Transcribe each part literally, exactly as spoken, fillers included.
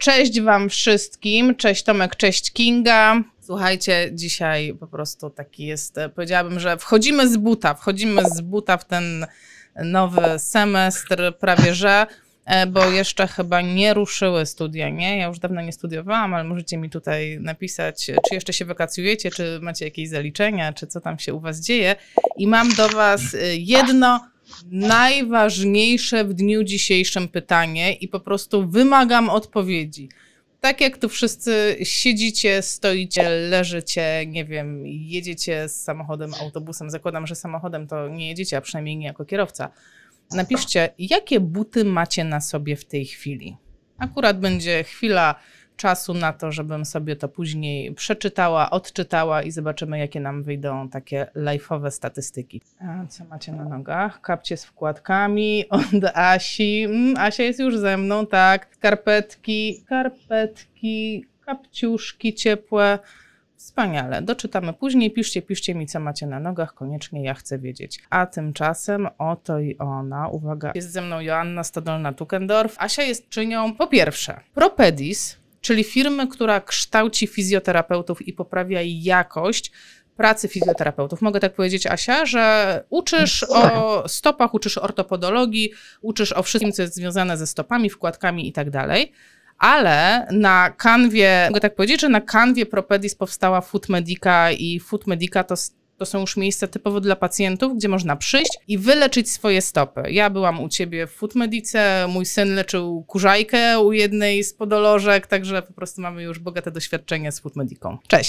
Cześć wam wszystkim, cześć Tomek, cześć Kinga. Słuchajcie, dzisiaj po prostu taki jest, powiedziałabym, że wchodzimy z buta, wchodzimy z buta w ten nowy semestr prawie że, bo jeszcze chyba nie ruszyły studia, nie? Ja już dawno nie studiowałam, ale możecie mi tutaj napisać, czy jeszcze się wakacjujecie, czy macie jakieś zaliczenia, czy co tam się u was dzieje. I mam do was jedno najważniejsze w dniu dzisiejszym pytanie i po prostu wymagam odpowiedzi. Tak jak tu wszyscy siedzicie, stoicie, leżycie, nie wiem, jedziecie z samochodem, autobusem, zakładam, że samochodem to nie jedziecie, a przynajmniej nie jako kierowca. Napiszcie, jakie buty macie na sobie w tej chwili. Akurat będzie chwila czasu na to, żebym sobie to później przeczytała, odczytała i zobaczymy, jakie nam wyjdą takie live'owe statystyki. A co macie na nogach? Kapcie z wkładkami od Asi. Mm, Asia jest już ze mną, tak. Skarpetki, skarpetki, kapciuszki ciepłe. Wspaniale. Doczytamy później. Piszcie, piszcie mi, co macie na nogach. Koniecznie ja chcę wiedzieć. A tymczasem oto i ona. Uwaga, jest ze mną Joanna Stodolna-Tukendorf. Asia jest czynią, po pierwsze, Propedis, czyli firmy, która kształci fizjoterapeutów i poprawia jakość pracy fizjoterapeutów. Mogę tak powiedzieć, Asia, że uczysz o stopach, uczysz ortopodologii, uczysz o wszystkim, co jest związane ze stopami, wkładkami i tak dalej. Ale na kanwie, mogę tak powiedzieć, że na kanwie Propedis powstała Foot Medica i Foot Medica to To są już miejsca typowo dla pacjentów, gdzie można przyjść i wyleczyć swoje stopy. Ja byłam u ciebie w Foot Medice, mój syn leczył kurzajkę u jednej z podolożek, także po prostu mamy już bogate doświadczenie z Foot Medicą. Cześć.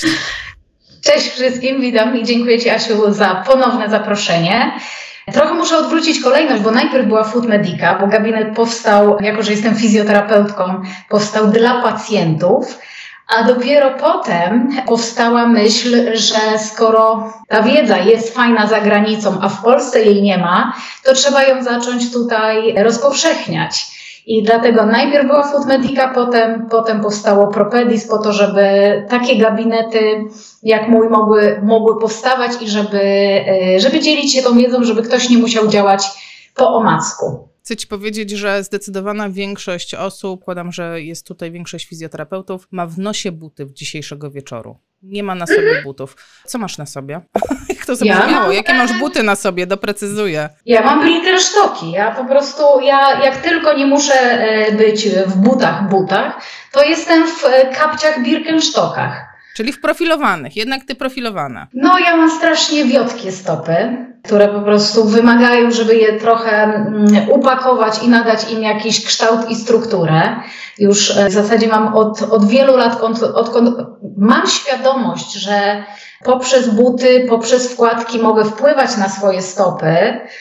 Cześć wszystkim, witam i dziękuję ci, Asiu, za ponowne zaproszenie. Trochę muszę odwrócić kolejność, bo najpierw była Foot Medica, bo gabinet powstał, jako że jestem fizjoterapeutką, powstał dla pacjentów. A dopiero potem powstała myśl, że skoro ta wiedza jest fajna za granicą, a w Polsce jej nie ma, to trzeba ją zacząć tutaj rozpowszechniać. I dlatego najpierw była Foot Medica, potem, potem powstało Propedis po to, żeby takie gabinety jak mój mogły, mogły powstawać i żeby, żeby dzielić się tą wiedzą, żeby ktoś nie musiał działać po omacku. Chcę ci powiedzieć, że zdecydowana większość osób, zakładam, że jest tutaj większość fizjoterapeutów, ma w nosie buty w dzisiejszego wieczoru. Nie ma na sobie butów. Co masz na sobie? Jak to zabrzmiało? Ja Jakie masz buty na sobie? Doprecyzuję. Ja mam Birkenstocki. Ja po prostu, ja jak tylko nie muszę być w butach, butach, to jestem w kapciach Birkenstockach. Czyli w profilowanych, jednak ty profilowana. No ja mam strasznie wiotkie stopy, które po prostu wymagają, żeby je trochę upakować i nadać im jakiś kształt i strukturę. Już w zasadzie mam od, od wielu lat, od, odkąd mam świadomość, że poprzez buty, poprzez wkładki mogę wpływać na swoje stopy,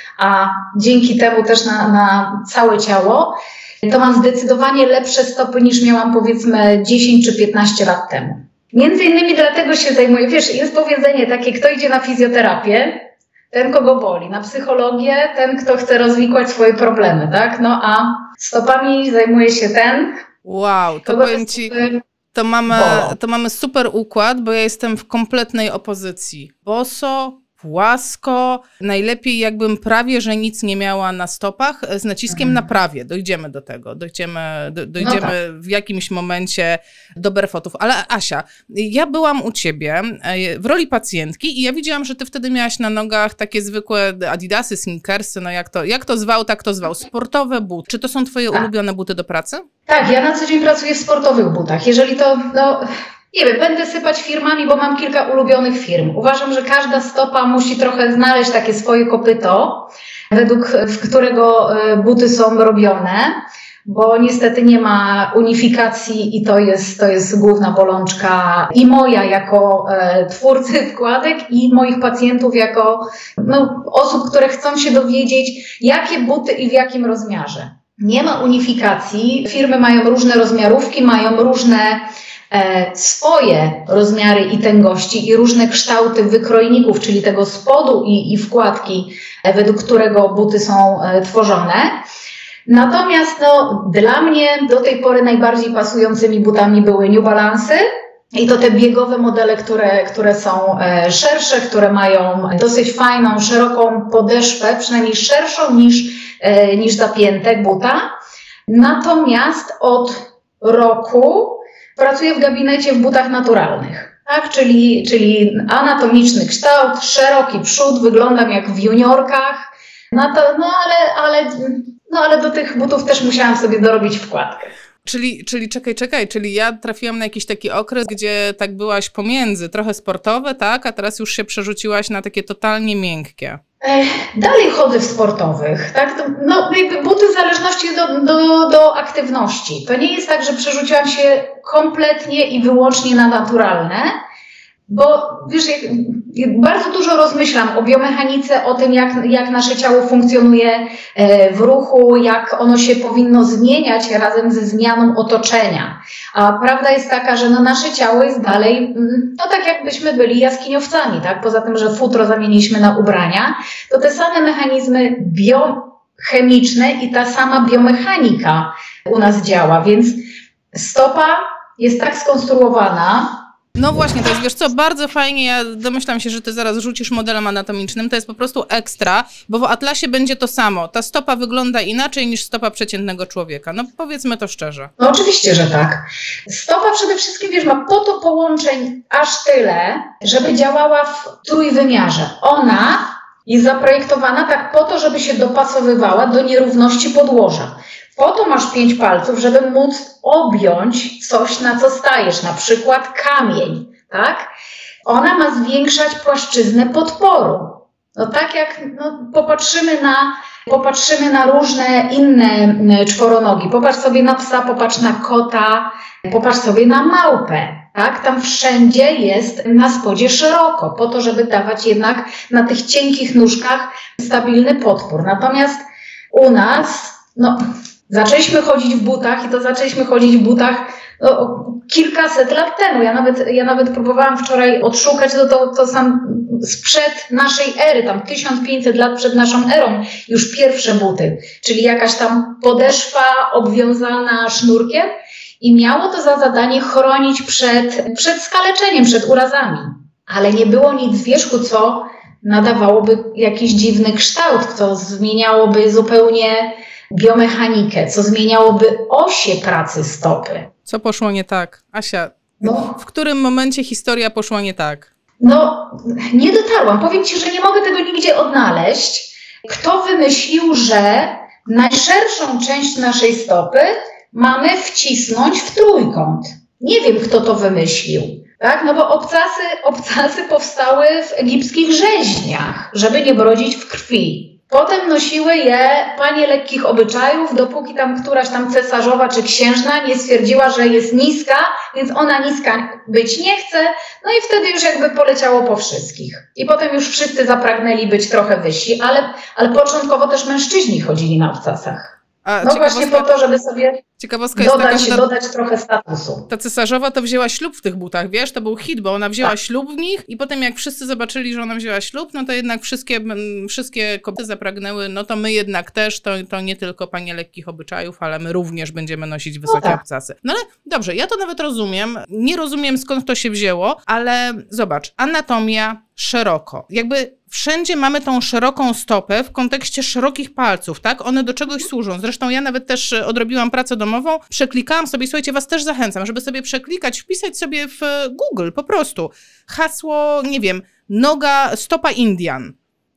a dzięki temu też na, na całe ciało, to mam zdecydowanie lepsze stopy niż miałam powiedzmy dziesięć czy piętnaście lat temu. Między innymi dlatego się zajmuję, wiesz, jest powiedzenie takie, kto idzie na fizjoterapię, ten kogo boli, na psychologię, ten kto chce rozwikłać swoje problemy, tak? No a stopami zajmuje się ten. Wow, to powiem ci, to mamy, to mamy super układ, bo ja jestem w kompletnej opozycji. Boso, płasko, najlepiej jakbym prawie, że nic nie miała na stopach, z naciskiem mhm. na prawie. Dojdziemy do tego, dojdziemy, do, dojdziemy no tak. w jakimś momencie do barefootów. Ale Asia, ja byłam u ciebie w roli pacjentki i ja widziałam, że ty wtedy miałaś na nogach takie zwykłe adidasy, sneakersy, no jak to, jak to zwał, tak to zwał. Sportowe buty. Czy to są twoje tak. ulubione buty do pracy? Tak, ja na co dzień pracuję w sportowych butach. Jeżeli to, no... Nie wiem, będę sypać firmami, bo mam kilka ulubionych firm. Uważam, że każda stopa musi trochę znaleźć takie swoje kopyto, według w którego buty są robione, bo niestety nie ma unifikacji i to jest, to jest główna bolączka i moja jako e, twórcy wkładek i moich pacjentów jako no, osób, które chcą się dowiedzieć, jakie buty i w jakim rozmiarze. Nie ma unifikacji, firmy mają różne rozmiarówki, mają różne swoje rozmiary i tęgości i różne kształty wykrojników, czyli tego spodu i, i wkładki, według którego buty są tworzone. Natomiast no, dla mnie do tej pory najbardziej pasującymi butami były New Balance'y i to te biegowe modele, które, które są szersze, które mają dosyć fajną, szeroką podeszwę, przynajmniej szerszą niż, niż zapięte buta. Natomiast od roku pracuję w gabinecie w butach naturalnych. Tak, czyli, czyli anatomiczny kształt, szeroki przód, wyglądam jak w juniorkach, no, to, no, ale, ale, no ale do tych butów też musiałam sobie dorobić wkładkę. Czyli, czyli czekaj, czekaj, czyli ja trafiłam na jakiś taki okres, gdzie tak byłaś pomiędzy, trochę sportowe, tak, a teraz już się przerzuciłaś na takie totalnie miękkie. Dalej chodzę w sportowych, tak? No, buty w zależności do, do, do aktywności. To nie jest tak, że przerzuciłam się kompletnie i wyłącznie na naturalne, bo wiesz, bardzo dużo rozmyślam o biomechanice, o tym, jak, jak nasze ciało funkcjonuje w ruchu, jak ono się powinno zmieniać razem ze zmianą otoczenia. A prawda jest taka, że no nasze ciało jest dalej, no tak jakbyśmy byli jaskiniowcami, tak? Poza tym, że futro zamieniliśmy na ubrania, to te same mechanizmy biochemiczne i ta sama biomechanika u nas działa, więc stopa jest tak skonstruowana. No właśnie, to jest, wiesz co, bardzo fajnie, ja domyślam się, że ty zaraz rzucisz modelem anatomicznym, to jest po prostu ekstra, bo w atlasie będzie to samo. Ta stopa wygląda inaczej niż stopa przeciętnego człowieka. No powiedzmy to szczerze. No oczywiście, że tak. Stopa przede wszystkim, wiesz, ma po to połączeń aż tyle, żeby działała w trójwymiarze. Ona jest zaprojektowana tak po to, żeby się dopasowywała do nierówności podłoża. Po to masz pięć palców, żeby móc objąć coś, na co stajesz, na przykład kamień, tak? Ona ma zwiększać płaszczyznę podporu. No tak jak no, popatrzymy na, popatrzymy na różne inne czworonogi. Popatrz sobie na psa, popatrz na kota, popatrz sobie na małpę. Tak? Tam wszędzie jest na spodzie szeroko, po to, żeby dawać jednak na tych cienkich nóżkach stabilny podpór. Natomiast u nas, no... Zaczęliśmy chodzić w butach i to zaczęliśmy chodzić w butach no, kilkaset lat temu. Ja nawet, ja nawet próbowałam wczoraj odszukać to, to, to sam sprzed naszej ery, tam tysiąc pięćset lat przed naszą erą, już pierwsze buty, czyli jakaś tam podeszwa obwiązana sznurkiem i miało to za zadanie chronić przed, przed skaleczeniem, przed urazami. Ale nie było nic z wierzchu, co nadawałoby jakiś dziwny kształt, co zmieniałoby zupełnie biomechanikę, co zmieniałoby osie pracy stopy. Co poszło nie tak? Asia, no, w którym momencie historia poszła nie tak? No, nie dotarłam. Powiem Ci, że nie mogę tego nigdzie odnaleźć. Kto wymyślił, że najszerszą część naszej stopy mamy wcisnąć w trójkąt? Nie wiem, kto to wymyślił. Tak? No bo obcasy, obcasy powstały w egipskich rzeźniach, żeby nie brodzić w krwi. Potem nosiły je panie lekkich obyczajów, dopóki tam któraś tam cesarzowa czy księżna nie stwierdziła, że jest niska, więc ona niska być nie chce, no i wtedy już jakby poleciało po wszystkich. I potem już wszyscy zapragnęli być trochę wyżsi, ale, ale początkowo też mężczyźni chodzili na obcasach. A no właśnie po to, żeby sobie dodać, jest taka, dodać trochę statusu. Ta cesarzowa to wzięła ślub w tych butach, wiesz, to był hit, bo ona wzięła tak. ślub w nich i potem jak wszyscy zobaczyli, że ona wzięła ślub, no to jednak wszystkie, wszystkie kobiety zapragnęły, no to my jednak też, to, to nie tylko panie lekkich obyczajów, ale my również będziemy nosić wysokie no tak. obcasy. No ale dobrze, ja to nawet rozumiem, nie rozumiem skąd to się wzięło, ale zobacz, anatomia szeroko, jakby wszędzie mamy tą szeroką stopę w kontekście szerokich palców, tak? One do czegoś służą. Zresztą ja nawet też odrobiłam pracę domową, przeklikałam sobie, słuchajcie, was też zachęcam, żeby sobie przeklikać, wpisać sobie w Google po prostu hasło, nie wiem, noga, stopa Indian.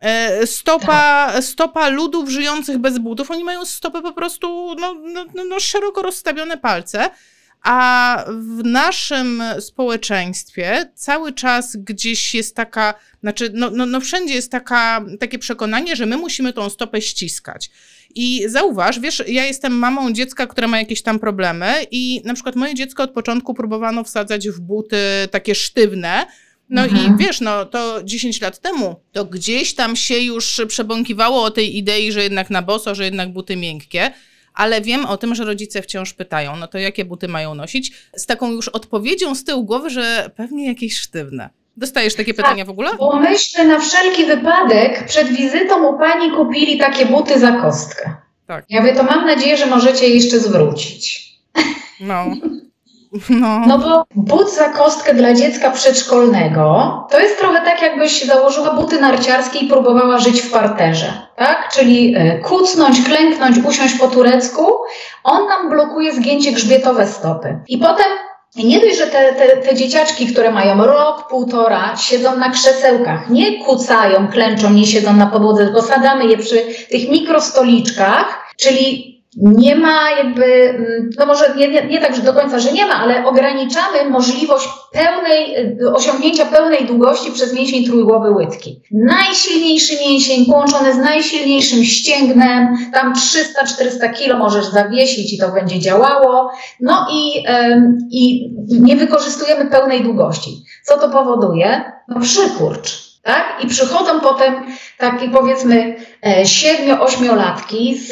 Stopa, stopa ludów żyjących bez butów. Oni mają stopę po prostu, no, no, no szeroko rozstawione palce. A w naszym społeczeństwie cały czas gdzieś jest taka, znaczy no, no, no wszędzie jest taka, takie przekonanie, że my musimy tą stopę ściskać. I zauważ, wiesz, ja jestem mamą dziecka, które ma jakieś tam problemy i na przykład moje dziecko od początku próbowano wsadzać w buty takie sztywne. No mhm. i wiesz, no to dziesięć lat temu to gdzieś tam się już przebąkiwało o tej idei, że jednak na boso, że jednak buty miękkie. Ale wiem o tym, że rodzice wciąż pytają, no to jakie buty mają nosić? Z taką już odpowiedzią z tyłu głowy, że pewnie jakieś sztywne. Dostajesz takie tak, pytania w ogóle? Bo myśmy na wszelki wypadek przed wizytą u pani kupili takie buty za kostkę. Tak. Ja mówię, to mam nadzieję, że możecie je jeszcze zwrócić. No. No. no bo but za kostkę dla dziecka przedszkolnego to jest trochę tak, jakbyś założyła buty narciarskie i próbowała żyć w parterze, tak? Czyli kucnąć, klęknąć, usiąść po turecku. On nam blokuje zgięcie grzbietowe stopy. I potem nie dość, że te, te, te dzieciaczki, które mają rok, półtora, siedzą na krzesełkach, nie kucają, klęczą, nie siedzą na podłodze, tylko sadamy je przy tych mikrostoliczkach, czyli nie ma jakby, no może nie, nie, nie tak, że do końca, że nie ma, ale ograniczamy możliwość pełnej, osiągnięcia pełnej długości przez mięsień trójgłowy łydki. Najsilniejszy mięsień połączony z najsilniejszym ścięgnem, tam trzysta czterysta kilo możesz zawiesić i to będzie działało, no i, ym, i nie wykorzystujemy pełnej długości. Co to powoduje? No przykurcz. Tak? I przychodzą potem takie powiedzmy siedmiu-ośmiolatki z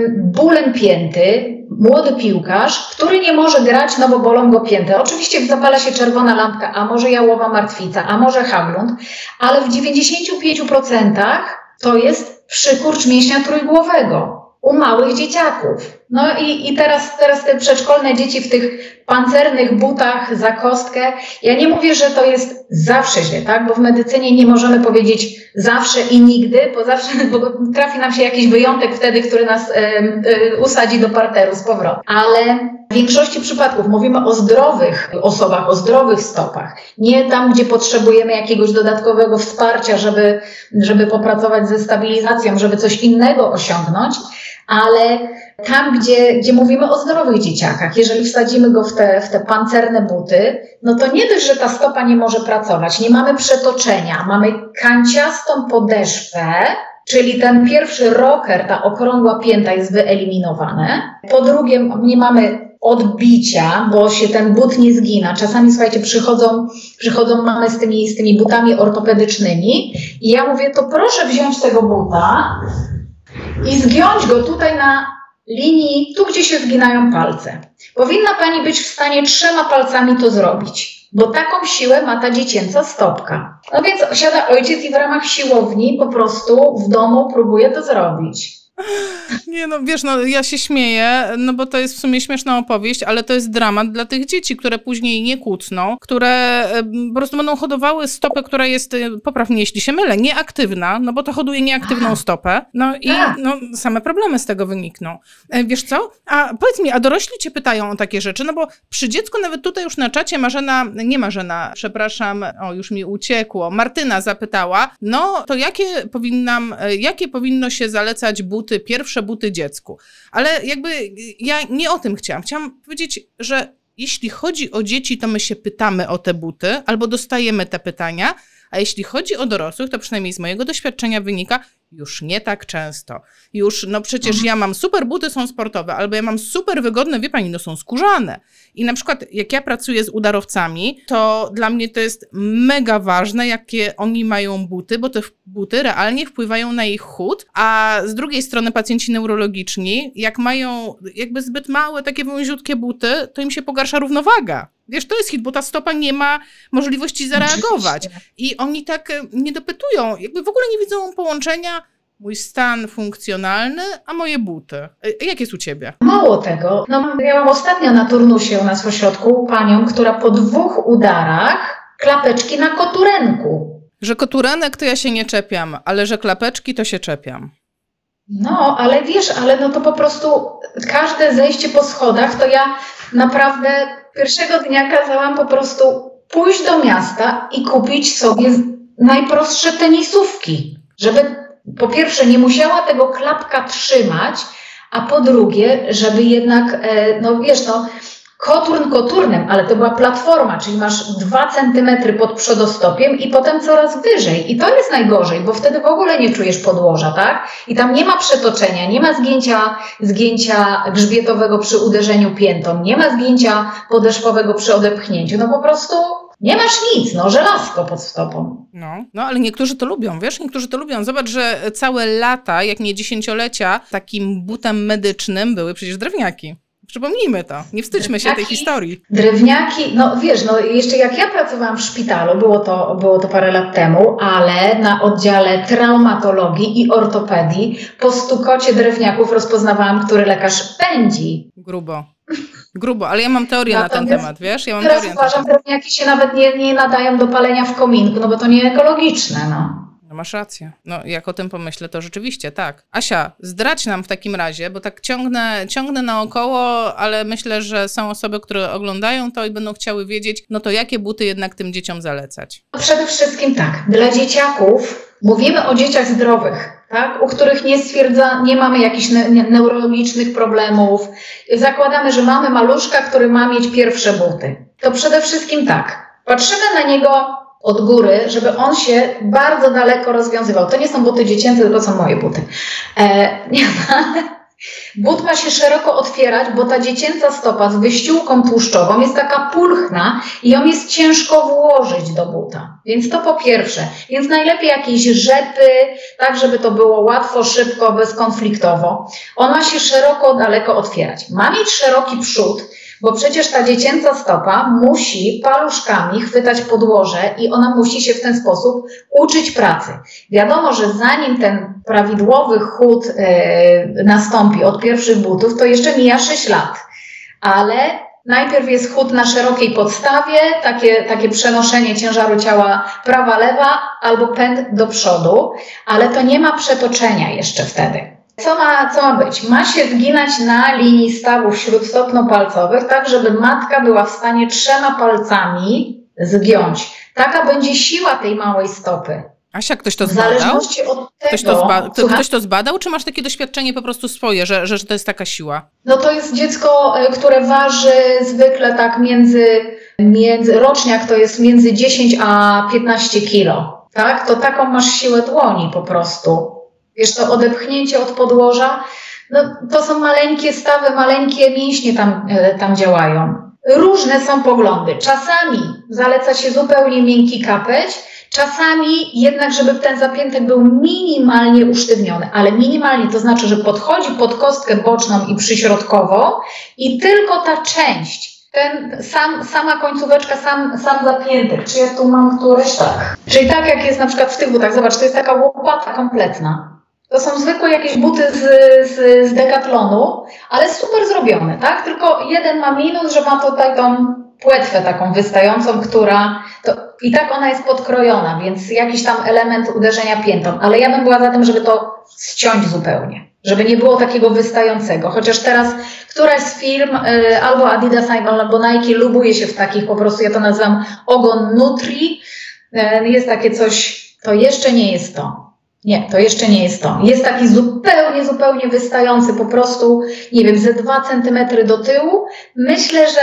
bólem pięty, młody piłkarz, który nie może grać, no bo bolą go pięty. Oczywiście zapala się czerwona lampka, a może jałowa martwica, a może Haglund, ale w dziewięćdziesięciu pięciu procentach to jest przykurcz mięśnia trójgłowego u małych dzieciaków. No i, i teraz, teraz te przedszkolne dzieci w tych pancernych butach za kostkę. Ja nie mówię, że to jest zawsze źle, tak? Bo w medycynie nie możemy powiedzieć zawsze i nigdy, bo zawsze bo trafi nam się jakiś wyjątek wtedy, który nas e, e, usadzi do parteru z powrotem. Ale w większości przypadków mówimy o zdrowych osobach, o zdrowych stopach. Nie tam, gdzie potrzebujemy jakiegoś dodatkowego wsparcia, żeby, żeby popracować ze stabilizacją, żeby coś innego osiągnąć, ale tam, gdzie, gdzie mówimy o zdrowych dzieciakach, jeżeli wsadzimy go w te, w te pancerne buty, no to nie dość, że ta stopa nie może pracować, nie mamy przetoczenia, mamy kanciastą podeszwę, czyli ten pierwszy rocker, ta okrągła pięta jest wyeliminowana. Po drugie, nie mamy odbicia, bo się ten but nie zgina. Czasami, słuchajcie, przychodzą, przychodzą mamy z tymi, z tymi butami ortopedycznymi i ja mówię, to proszę wziąć tego buta i zgiąć go tutaj na linii, tu gdzie się zginają palce. Powinna Pani być w stanie trzema palcami to zrobić, bo taką siłę ma ta dziecięca stopka. No więc siada ojciec i w ramach siłowni po prostu w domu próbuje to zrobić. Nie no, wiesz, no ja się śmieję, no bo to jest w sumie śmieszna opowieść, ale to jest dramat dla tych dzieci, które później nie kucną, które po prostu będą hodowały stopę, która jest, popraw mnie jeśli się mylę, nieaktywna, no bo to hoduje nieaktywną a. stopę, no i a. no, same problemy z tego wynikną. Wiesz co? A powiedz mi, a dorośli cię pytają o takie rzeczy, no bo przy dziecku nawet tutaj już na czacie Marzena, nie Marzena, przepraszam, o już mi uciekło, Martyna zapytała, no to jakie powinnam, jakie powinno się zalecać buty, pierwsze buty dziecku. Ale jakby ja nie o tym chciałam. Chciałam powiedzieć, że jeśli chodzi o dzieci, to my się pytamy o te buty albo dostajemy te pytania, a jeśli chodzi o dorosłych, to przynajmniej z mojego doświadczenia wynika, już nie tak często. Już, no przecież ja mam super buty, są sportowe, albo ja mam super wygodne, wie pani, no są skórzane. I na przykład jak ja pracuję z udarowcami, to dla mnie to jest mega ważne, jakie oni mają buty, bo te buty realnie wpływają na ich chód, a z drugiej strony pacjenci neurologiczni, jak mają jakby zbyt małe, takie wąziutkie buty, to im się pogarsza równowaga. Wiesz, to jest hit, bo ta stopa nie ma możliwości zareagować. I oni tak nie dopytują, jakby w ogóle nie widzą połączenia mój stan funkcjonalny, a moje buty. Jak jest u ciebie? Mało tego. No, miałam ostatnio na turnusie u nas w ośrodku panią, która po dwóch udarach klapeczki na koturenku. Że koturenek to ja się nie czepiam, ale że klapeczki to się czepiam. No, ale wiesz, ale no to po prostu każde zejście po schodach, to ja naprawdę pierwszego dnia kazałam po prostu pójść do miasta i kupić sobie najprostsze tenisówki, żeby po pierwsze nie musiała tego klapka trzymać, a po drugie, żeby jednak, no wiesz, no koturn koturnem, ale to była platforma, czyli masz dwa centymetry pod przodostopiem i potem coraz wyżej. I to jest najgorzej, bo wtedy w ogóle nie czujesz podłoża, tak? I tam nie ma przetoczenia, nie ma zgięcia, zgięcia grzbietowego przy uderzeniu piętą, nie ma zgięcia podeszwowego przy odepchnięciu. No po prostu nie masz nic, no żelazko pod stopą. No, no, ale niektórzy to lubią, wiesz? Niektórzy to lubią. Zobacz, że całe lata, jak nie dziesięciolecia, takim butem medycznym były przecież drewniaki. Przypomnijmy to, nie wstydźmy drewniaki, się tej historii. Drewniaki, no wiesz, no jeszcze jak ja pracowałam w szpitalu, było to, było to parę lat temu, ale na oddziale traumatologii i ortopedii po stukocie drewniaków rozpoznawałam, który lekarz pędzi. Grubo. Grubo, ale ja mam teorię Natomiast na ten temat, wiesz? Ja mam teraz teorię uważam, że drewniaki się nawet nie, nie nadają do palenia w kominku, no bo to nie ekologiczne, no. No masz rację. No jak o tym pomyślę, to rzeczywiście tak. Asia, zdradź nam w takim razie, bo tak ciągnę, ciągnę naokoło, ale myślę, że są osoby, które oglądają to i będą chciały wiedzieć, no to jakie buty jednak tym dzieciom zalecać? Przede wszystkim tak, dla dzieciaków mówimy o dzieciach zdrowych, tak, u których nie stwierdza, nie mamy jakichś ne- neurologicznych problemów. Zakładamy, że mamy maluszka, który ma mieć pierwsze buty. To przede wszystkim tak, patrzymy na niego od góry, żeby on się bardzo daleko rozwiązywał. To nie są buty dziecięce, tylko są moje buty. E, nie, but ma się szeroko otwierać, bo ta dziecięca stopa z wyściółką tłuszczową jest taka pulchna i ją jest ciężko włożyć do buta. Więc to po pierwsze. Więc najlepiej jakieś rzepy, tak żeby to było łatwo, szybko, bezkonfliktowo. On ma się szeroko, daleko otwierać. Ma mieć szeroki przód, bo przecież ta dziecięca stopa musi paluszkami chwytać podłoże i ona musi się w ten sposób uczyć pracy. Wiadomo, że zanim ten prawidłowy chód yy, nastąpi od pierwszych butów, to jeszcze mija sześć lat. Ale najpierw jest chód na szerokiej podstawie, takie, takie przenoszenie ciężaru ciała prawa-lewa albo pęd do przodu, ale to nie ma przetoczenia jeszcze wtedy. Co ma, co ma być? Ma się zginać na linii stawów śródstopno-palcowych, tak żeby matka była w stanie trzema palcami zgiąć. Taka będzie siła tej małej stopy. Asia, ktoś to w zbadał? zależności od tego, ktoś, to zba- to, ktoś to zbadał, czy masz takie doświadczenie po prostu swoje, że, że, że to jest taka siła? No to jest dziecko, które waży zwykle tak między, między roczniak to jest między dziesięć a piętnaście kilo. Tak? To taką masz siłę dłoni po prostu. Wiesz, to odepchnięcie od podłoża, no to są maleńkie stawy, maleńkie mięśnie tam, tam działają. Różne są poglądy. Czasami zaleca się zupełnie miękki kapeć, czasami jednak, żeby ten zapiętek był minimalnie usztywniony, ale minimalnie to znaczy, że podchodzi pod kostkę boczną i przyśrodkową i tylko ta część, ten sam, sama końcóweczka, sam, sam zapiętek. Czy ja tu mam któryś? Tak. Czyli tak jak jest na przykład w tych butach, zobacz, to jest taka łopata kompletna. To są zwykłe jakieś buty z, z, z Decathlonu, ale super zrobione, tak? Tylko jeden ma minus, że ma tutaj tą płetwę taką wystającą, która... To, i tak ona jest podkrojona, więc jakiś tam element uderzenia piętą. Ale ja bym była za tym, żeby to ściąć zupełnie. Żeby nie było takiego wystającego. Chociaż teraz któraś z firm, y, albo Adidas, albo Nike lubuje się w takich, po prostu ja to nazywam ogon Nutri. Y, jest takie coś, to jeszcze nie jest to. Nie, to jeszcze nie jest to. Jest taki zupełnie, zupełnie wystający, po prostu, nie wiem, ze dwa centymetry do tyłu. Myślę, że,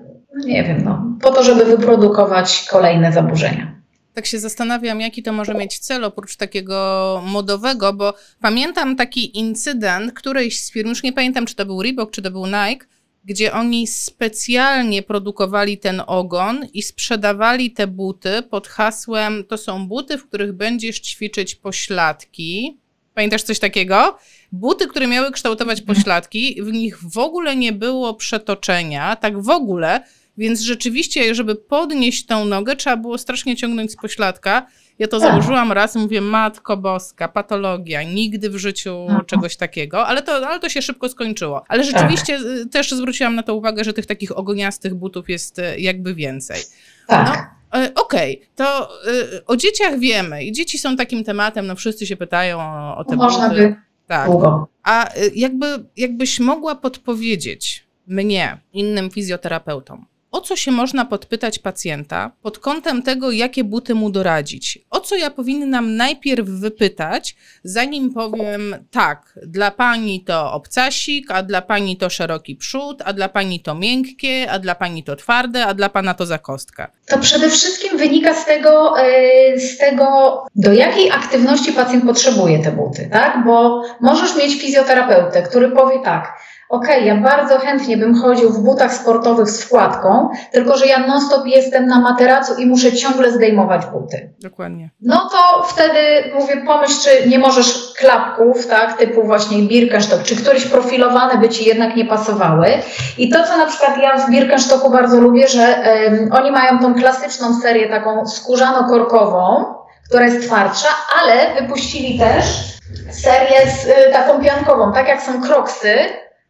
nie wiem, no, po to, żeby wyprodukować kolejne zaburzenia. Tak się zastanawiam, jaki to może mieć cel oprócz takiego modowego, bo pamiętam taki incydent którejś z firm, już nie pamiętam, czy to był Reebok, czy to był Nike, gdzie oni specjalnie produkowali ten ogon i sprzedawali te buty pod hasłem, to są buty, w których będziesz ćwiczyć pośladki. Pamiętasz coś takiego? Buty, które miały kształtować pośladki, w nich w ogóle nie było przetoczenia, tak w ogóle, więc rzeczywiście, żeby podnieść tą nogę, trzeba było strasznie ciągnąć z pośladka. Ja to założyłam raz i mówię, matko boska, patologia, nigdy w życiu czegoś takiego, ale to, ale to się szybko skończyło. Ale rzeczywiście tak. Też zwróciłam na to uwagę, że tych takich ogoniastych butów jest jakby więcej. Tak. No, okej, okay, to y, o dzieciach wiemy i dzieci są takim tematem, no wszyscy się pytają o, o te Można buty. by tak. długo. A y, jakby, jakbyś mogła podpowiedzieć mnie, innym fizjoterapeutom, o co się można podpytać pacjenta pod kątem tego, jakie buty mu doradzić? O co ja powinnam najpierw wypytać, zanim powiem tak, dla pani to obcasik, a dla pani to szeroki przód, a dla pani to miękkie, a dla pani to twarde, a dla pana to zakostka? To przede wszystkim wynika z tego, z tego, do jakiej aktywności pacjent potrzebuje te buty, tak? Bo możesz mieć fizjoterapeutę, który powie tak, okej, okay, ja bardzo chętnie bym chodził w butach sportowych z wkładką, tylko że ja non-stop jestem na materacu i muszę ciągle zdejmować buty. Dokładnie. No to wtedy mówię, pomyśl, czy nie możesz klapków, tak, typu właśnie Birkenstock, czy któryś profilowany by ci jednak nie pasowały. I to, co na przykład ja w Birkenstocku bardzo lubię, że um, oni mają tą klasyczną serię taką skórzano-korkową, która jest twardsza, ale wypuścili też serię z y, taką piankową, tak jak są Crocsy,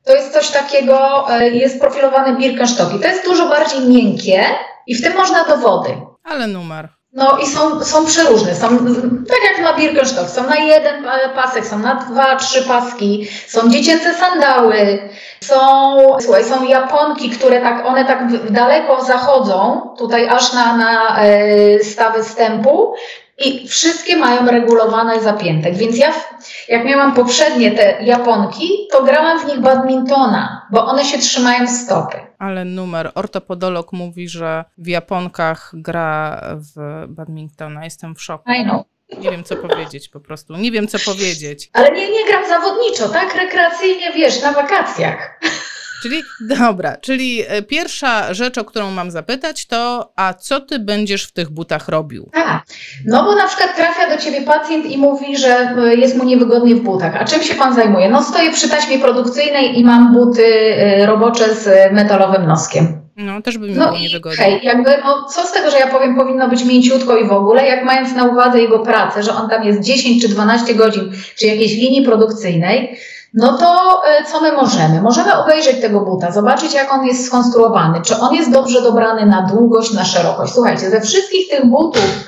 To jest coś takiego, jest profilowane Birkenstocki. To jest dużo bardziej miękkie i w tym można do wody. Ale numer. No i są, są przeróżne, są tak jak na Birkenstock, są na jeden pasek, są na dwa, trzy paski, są dziecięce sandały, są, słuchaj, są japonki, które tak, one tak daleko zachodzą, tutaj aż na, na e, stawy stępu i wszystkie mają regulowane zapiętek, więc ja jak miałam poprzednie te japonki, to grałam w nich badmintona, bo one się trzymają stopy. Ale numer. Ortopodolog mówi, że w japonkach gra w badmintona. Jestem w szoku. I know. Nie wiem, co powiedzieć po prostu. Nie wiem, co powiedzieć. Ale nie, nie gram zawodniczo, tak? Rekreacyjnie, wiesz, na wakacjach. Czyli, dobra, czyli pierwsza rzecz, o którą mam zapytać, to a co ty będziesz w tych butach robił? A, no bo na przykład trafia do ciebie pacjent i mówi, że jest mu niewygodnie w butach. A czym się pan zajmuje? No stoję przy taśmie produkcyjnej i mam buty robocze z metalowym noskiem. No, też by mi no było niewygodnie. Hej, jakby, no co z tego, że ja powiem, powinno być mięciutko i w ogóle, jak mając na uwadze jego pracę, że on tam jest dziesięć czy dwanaście godzin przy jakiejś linii produkcyjnej, no to co my możemy? Możemy obejrzeć tego buta, zobaczyć jak on jest skonstruowany, czy on jest dobrze dobrany na długość, na szerokość. Słuchajcie, ze wszystkich tych butów,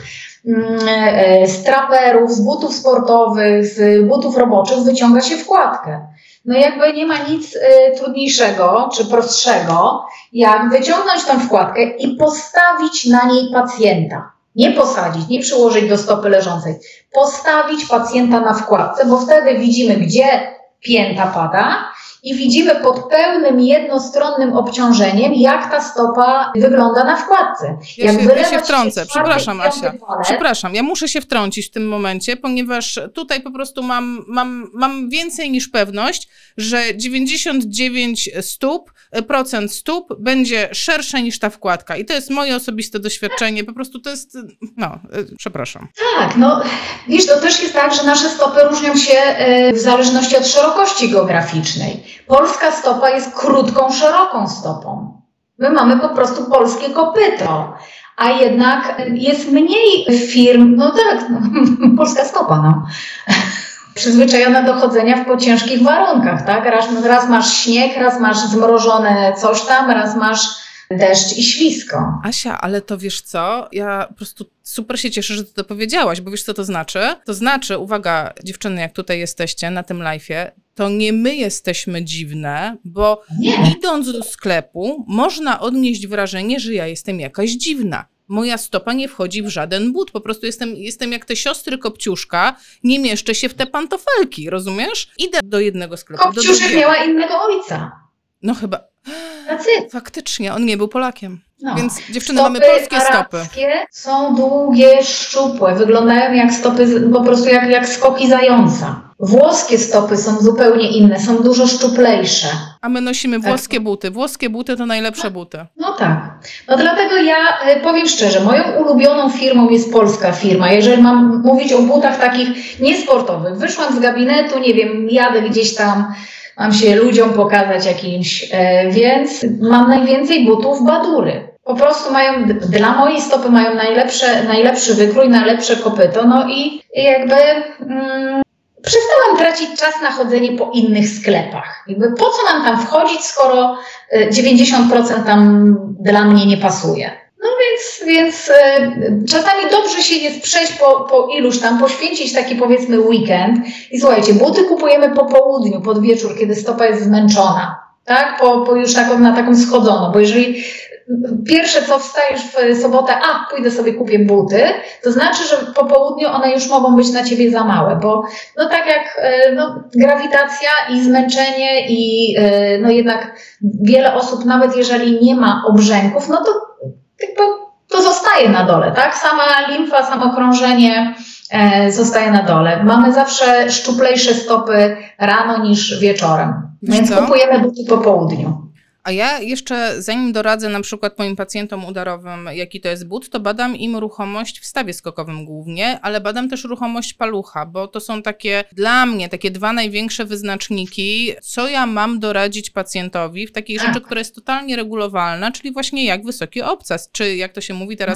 z traperów, z butów sportowych, z butów roboczych wyciąga się wkładkę. No jakby nie ma nic y, trudniejszego czy prostszego, jak wyciągnąć tą wkładkę i postawić na niej pacjenta. Nie posadzić, nie przyłożyć do stopy leżącej. Postawić pacjenta na wkładce, bo wtedy widzimy, gdzie pięta pada i widzimy pod pełnym, jednostronnym obciążeniem, jak ta stopa wygląda na wkładce. Ja, jak się, ja się wtrącę, się przepraszam Asia, palec, przepraszam, ja muszę się wtrącić w tym momencie, ponieważ tutaj po prostu mam, mam, mam więcej niż pewność, że dziewięćdziesiąt dziewięć stóp, procent stóp będzie szersze niż ta wkładka i to jest moje osobiste doświadczenie, po prostu to jest, no, przepraszam. Tak, no wiesz, to też jest tak, że nasze stopy różnią się w zależności od szerokości geograficznej. Polska stopa jest krótką, szeroką stopą. My mamy po prostu polskie kopyto, a jednak jest mniej firm, no tak, no, polska stopa, no. Przyzwyczajona do chodzenia w po ciężkich warunkach, tak? Raz, raz masz śnieg, raz masz zmrożone coś tam, raz masz deszcz i ślisko. Asia, ale to wiesz co? Ja po prostu super się cieszę, że ty to powiedziałaś, bo wiesz co to znaczy? To znaczy, uwaga dziewczyny, jak tutaj jesteście na tym live'ie, to nie my jesteśmy dziwne, bo nie. idąc do sklepu można odnieść wrażenie, że ja jestem jakaś dziwna. Moja stopa nie wchodzi w żaden but, po prostu jestem, jestem jak te siostry Kopciuszka, nie mieszczę się w te pantofelki, rozumiesz? Idę do jednego sklepu, Kopciuszek do drugiego. miała innego ojca. No chyba... Tacy. Faktycznie, on nie był Polakiem. No. Więc dziewczyny, stopy mamy polskie stopy. Arabskie są długie, szczupłe, wyglądają jak stopy, po prostu jak, jak skoki zająca. Włoskie stopy są zupełnie inne, są dużo szczuplejsze. A my nosimy tak. włoskie buty. Włoskie buty to najlepsze buty. No tak. No dlatego ja powiem szczerze, moją ulubioną firmą jest polska firma. Jeżeli mam mówić o butach takich niesportowych, wyszłam z gabinetu, nie wiem, jadę gdzieś tam, mam się ludziom pokazać jakimś, e, więc mam najwięcej butów Badury. Po prostu mają, dla mojej stopy mają najlepsze, najlepszy wykrój, najlepsze kopyto, no i jakby mm, przestałam tracić czas na chodzenie po innych sklepach. Jakby po co nam tam wchodzić, skoro dziewięćdziesiąt procent tam dla mnie nie pasuje. No więc, więc y, czasami dobrze się jest przejść po, po iluś tam, poświęcić taki powiedzmy weekend i słuchajcie, buty kupujemy po południu, pod wieczór, kiedy stopa jest zmęczona, tak? Po, po już taką, na taką schodzoną, bo jeżeli pierwsze co wstajesz w sobotę, a pójdę sobie kupię buty, to znaczy, że po południu one już mogą być na ciebie za małe, bo no tak jak no, grawitacja i zmęczenie i no jednak wiele osób, nawet jeżeli nie ma obrzęków, no to jakby to zostaje na dole, tak? Sama limfa, samo krążenie e, zostaje na dole. Mamy zawsze szczuplejsze stopy rano niż wieczorem, Wiesz więc co? kupujemy buty po południu. A ja jeszcze, zanim doradzę na przykład moim pacjentom udarowym, jaki to jest but, to badam im ruchomość w stawie skokowym głównie, ale badam też ruchomość palucha, bo to są takie, dla mnie, takie dwa największe wyznaczniki, co ja mam doradzić pacjentowi w takiej rzeczy, która jest totalnie regulowalna, czyli właśnie jak wysoki obcas, czy jak to się mówi teraz,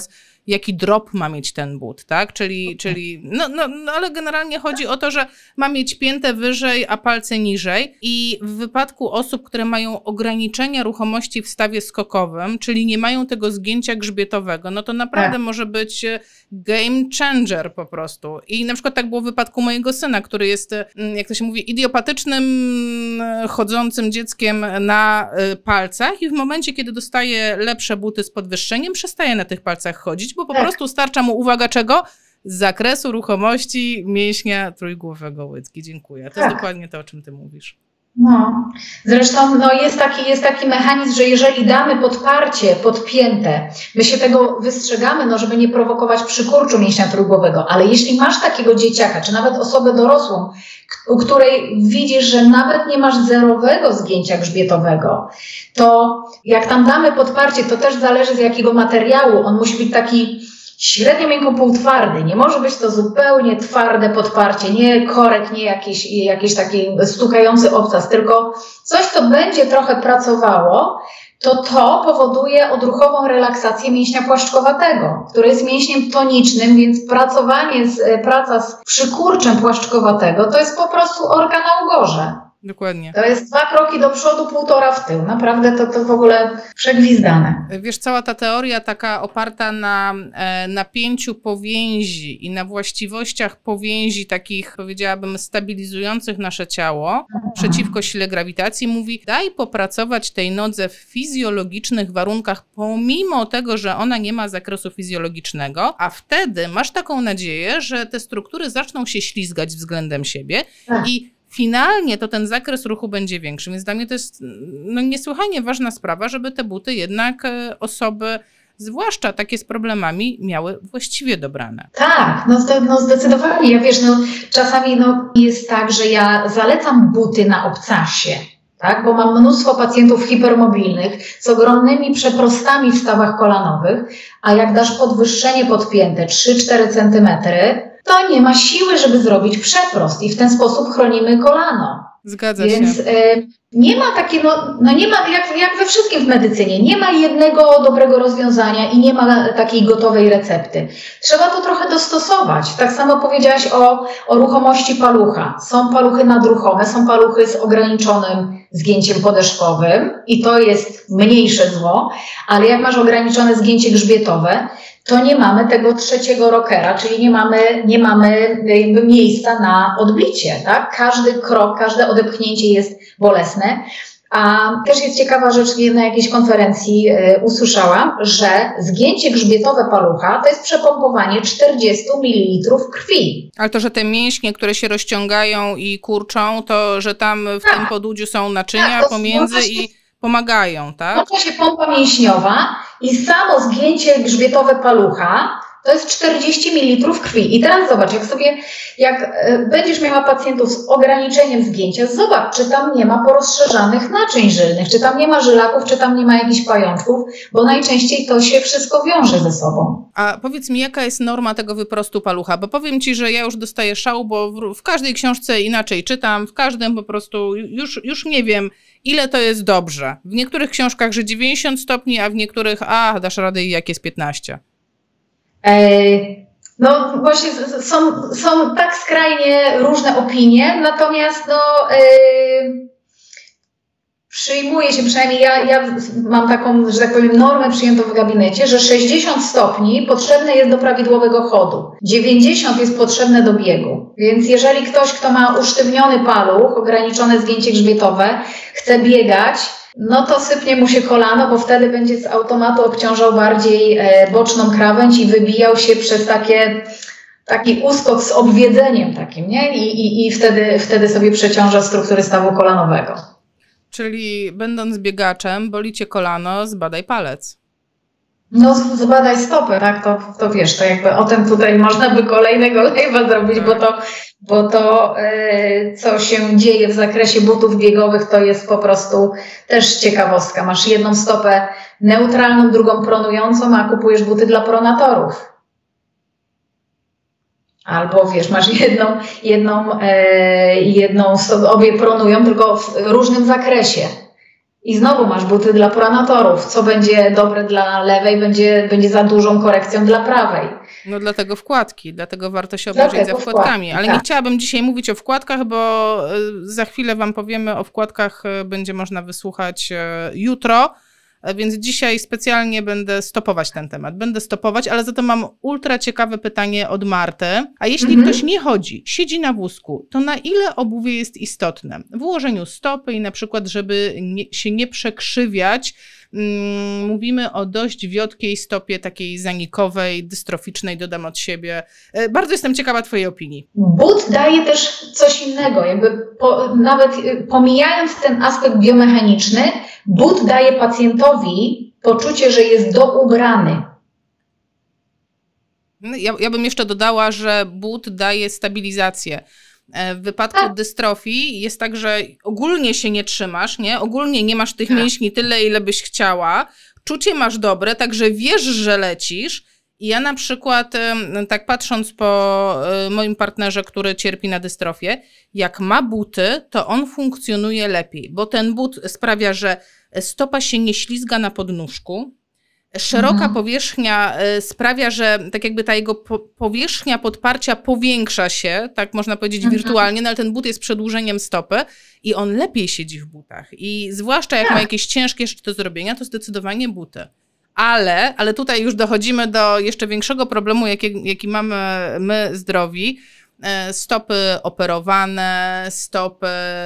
jaki drop ma mieć ten but, tak? Czyli, czyli no, no, no ale generalnie chodzi o to, że ma mieć piętę wyżej, a palce niżej i w wypadku osób, które mają ograniczenia ruchomości w stawie skokowym, czyli nie mają tego zgięcia grzbietowego, no to naprawdę tak. może być game changer po prostu. I na przykład tak było w wypadku mojego syna, który jest, jak to się mówi, idiopatycznym, chodzącym dzieckiem na palcach i w momencie, kiedy dostaje lepsze buty z podwyższeniem, przestaje na tych palcach chodzić, bo po tak. prostu starcza mu, uwaga, czego? Z zakresu ruchomości mięśnia trójgłowego łydki. Dziękuję. To tak. jest dokładnie to, o czym ty mówisz. No, zresztą no jest, taki, jest taki mechanizm, że jeżeli damy podparcie pod piętę, my się tego wystrzegamy, no żeby nie prowokować przykurczu mięśnia trójgłowego, ale jeśli masz takiego dzieciaka, czy nawet osobę dorosłą, u której widzisz, że nawet nie masz zerowego zgięcia grzbietowego, to jak tam damy podparcie, to też zależy z jakiego materiału, on musi być taki średnio miękko półtwardy, nie może być to zupełnie twarde podparcie, nie korek, nie jakiś, jakiś taki stukający obcas, tylko coś, co będzie trochę pracowało, to to powoduje odruchową relaksację mięśnia płaszczkowatego, który jest mięśniem tonicznym, więc pracowanie, z, praca z przykurczem płaszczkowatego to jest po prostu orka na ugorze. Dokładnie. To jest dwa kroki do przodu, półtora w tył. Naprawdę to, to w ogóle przegwizdane. Wiesz, cała ta teoria taka oparta na e, napięciu powięzi i na właściwościach powięzi takich, powiedziałabym, stabilizujących nasze ciało mhm. przeciwko sile grawitacji mówi, daj popracować tej nodze w fizjologicznych warunkach, pomimo tego, że ona nie ma zakresu fizjologicznego, a wtedy masz taką nadzieję, że te struktury zaczną się ślizgać względem siebie tak. i finalnie to ten zakres ruchu będzie większy, więc dla mnie to jest no, niesłychanie ważna sprawa, żeby te buty jednak e, osoby, zwłaszcza takie z problemami, miały właściwie dobrane. Tak, no, no zdecydowanie. Ja wiesz, no czasami no, jest tak, że ja zalecam buty na obcasie, tak, bo mam mnóstwo pacjentów hipermobilnych z ogromnymi przeprostami w stawach kolanowych, a jak dasz podwyższenie podpięte trzy cztery centymetry, to nie ma siły, żeby zrobić przeprost i w ten sposób chronimy kolano. Zgadza Więc, się. Y, nie ma takiego, no nie ma, jak, jak we wszystkim w medycynie, nie ma jednego dobrego rozwiązania i nie ma takiej gotowej recepty. Trzeba to trochę dostosować. Tak samo powiedziałaś o, o ruchomości palucha. Są paluchy nadruchome, są paluchy z ograniczonym zgięciem podeszwowym i to jest mniejsze zło, ale jak masz ograniczone zgięcie grzbietowe, to nie mamy tego trzeciego rockera, czyli nie mamy, nie mamy jakby miejsca na odbicie, tak? Każdy krok, każde odepchnięcie jest bolesne. A też jest ciekawa rzecz, na jakiejś konferencji y, usłyszałam, że zgięcie grzbietowe palucha to jest przepompowanie czterdzieści mililitrów krwi. Ale to, że te mięśnie, które się rozciągają i kurczą, to że tam w tak. tym podudziu są naczynia tak, pomiędzy się... i pomagają, tak? Włącza się pompa mięśniowa i samo zgięcie grzbietowe palucha to jest czterdzieści mililitrów krwi. I teraz zobacz, jak sobie, jak y, będziesz miała pacjentów z ograniczeniem zgięcia, zobacz, czy tam nie ma porozszerzanych naczyń żylnych, czy tam nie ma żylaków, czy tam nie ma jakichś pajączków, bo najczęściej to się wszystko wiąże ze sobą. A powiedz mi, jaka jest norma tego wyprostu palucha? Bo powiem ci, że ja już dostaję szału, bo w, w każdej książce inaczej czytam, w każdym po prostu już, już nie wiem, ile to jest dobrze. W niektórych książkach, że dziewięćdziesiąt stopni, a w niektórych, a dasz radę i jak jest piętnaście. No właśnie są, są tak skrajnie różne opinie, natomiast no yy, przyjmuje się, przynajmniej ja, ja mam taką, że tak powiem, normę przyjętą w gabinecie, że sześćdziesiąt stopni potrzebne jest do prawidłowego chodu, dziewięćdziesiąt jest potrzebne do biegu, więc jeżeli ktoś, kto ma usztywniony paluch, ograniczone zgięcie grzbietowe, chce biegać, no to sypnie mu się kolano, bo wtedy będzie z automatu obciążał bardziej e, boczną krawędź i wybijał się przez takie, taki uskok z obwiedzeniem takim, nie? I, i, i wtedy, wtedy sobie przeciąża struktury stawu kolanowego. Czyli będąc biegaczem, boli cię kolano, zbadaj palec. No zbadaj stopę, tak? To, to wiesz, to jakby o tym tutaj można by kolejnego live'a zrobić, bo to, bo to yy, co się dzieje w zakresie butów biegowych, to jest po prostu też ciekawostka. Masz jedną stopę neutralną, drugą pronującą, a kupujesz buty dla pronatorów. Albo wiesz, masz jedną, jedną, yy, jedną obie pronują, tylko w różnym zakresie. I znowu masz buty dla pronatorów. Co będzie dobre dla lewej, będzie, będzie za dużą korekcją dla prawej. No dlatego wkładki, dlatego warto się obejrzeć za wkładkami. Ale tak. Nie chciałabym dzisiaj mówić o wkładkach, bo za chwilę wam powiemy, o wkładkach będzie można wysłuchać jutro. Więc dzisiaj specjalnie będę stopować ten temat. Będę stopować, ale za to mam ultra ciekawe pytanie od Marty. A jeśli mhm. ktoś nie chodzi, siedzi na wózku, to na ile obuwie jest istotne? W ułożeniu stopy i na przykład, żeby nie, się nie przekrzywiać, mm, mówimy o dość wiotkiej stopie, takiej zanikowej, dystroficznej, dodam od siebie. Bardzo jestem ciekawa twojej opinii. But daje też coś innego, jakby po, nawet pomijając ten aspekt biomechaniczny, but daje pacjentowi poczucie, że jest doubrany. Ja, ja bym jeszcze dodała, że but daje stabilizację. W wypadku tak. dystrofii jest tak, że ogólnie się nie trzymasz, nie? Ogólnie nie masz tych tak. mięśni tyle, ile byś chciała. Czucie masz dobre, także wiesz, że lecisz. I ja na przykład, tak patrząc po moim partnerze, który cierpi na dystrofię, jak ma buty, to on funkcjonuje lepiej, bo ten but sprawia, że stopa się nie ślizga na podnóżku, szeroka mhm. powierzchnia sprawia, że tak jakby ta jego po- powierzchnia podparcia powiększa się, tak można powiedzieć mhm. wirtualnie, no ale ten but jest przedłużeniem stopy i on lepiej siedzi w butach. I zwłaszcza jak tak. ma jakieś ciężkie rzeczy do zrobienia, to zdecydowanie buty. Ale, ale tutaj już dochodzimy do jeszcze większego problemu, jaki, jaki mamy my zdrowi. Stopy operowane, stopy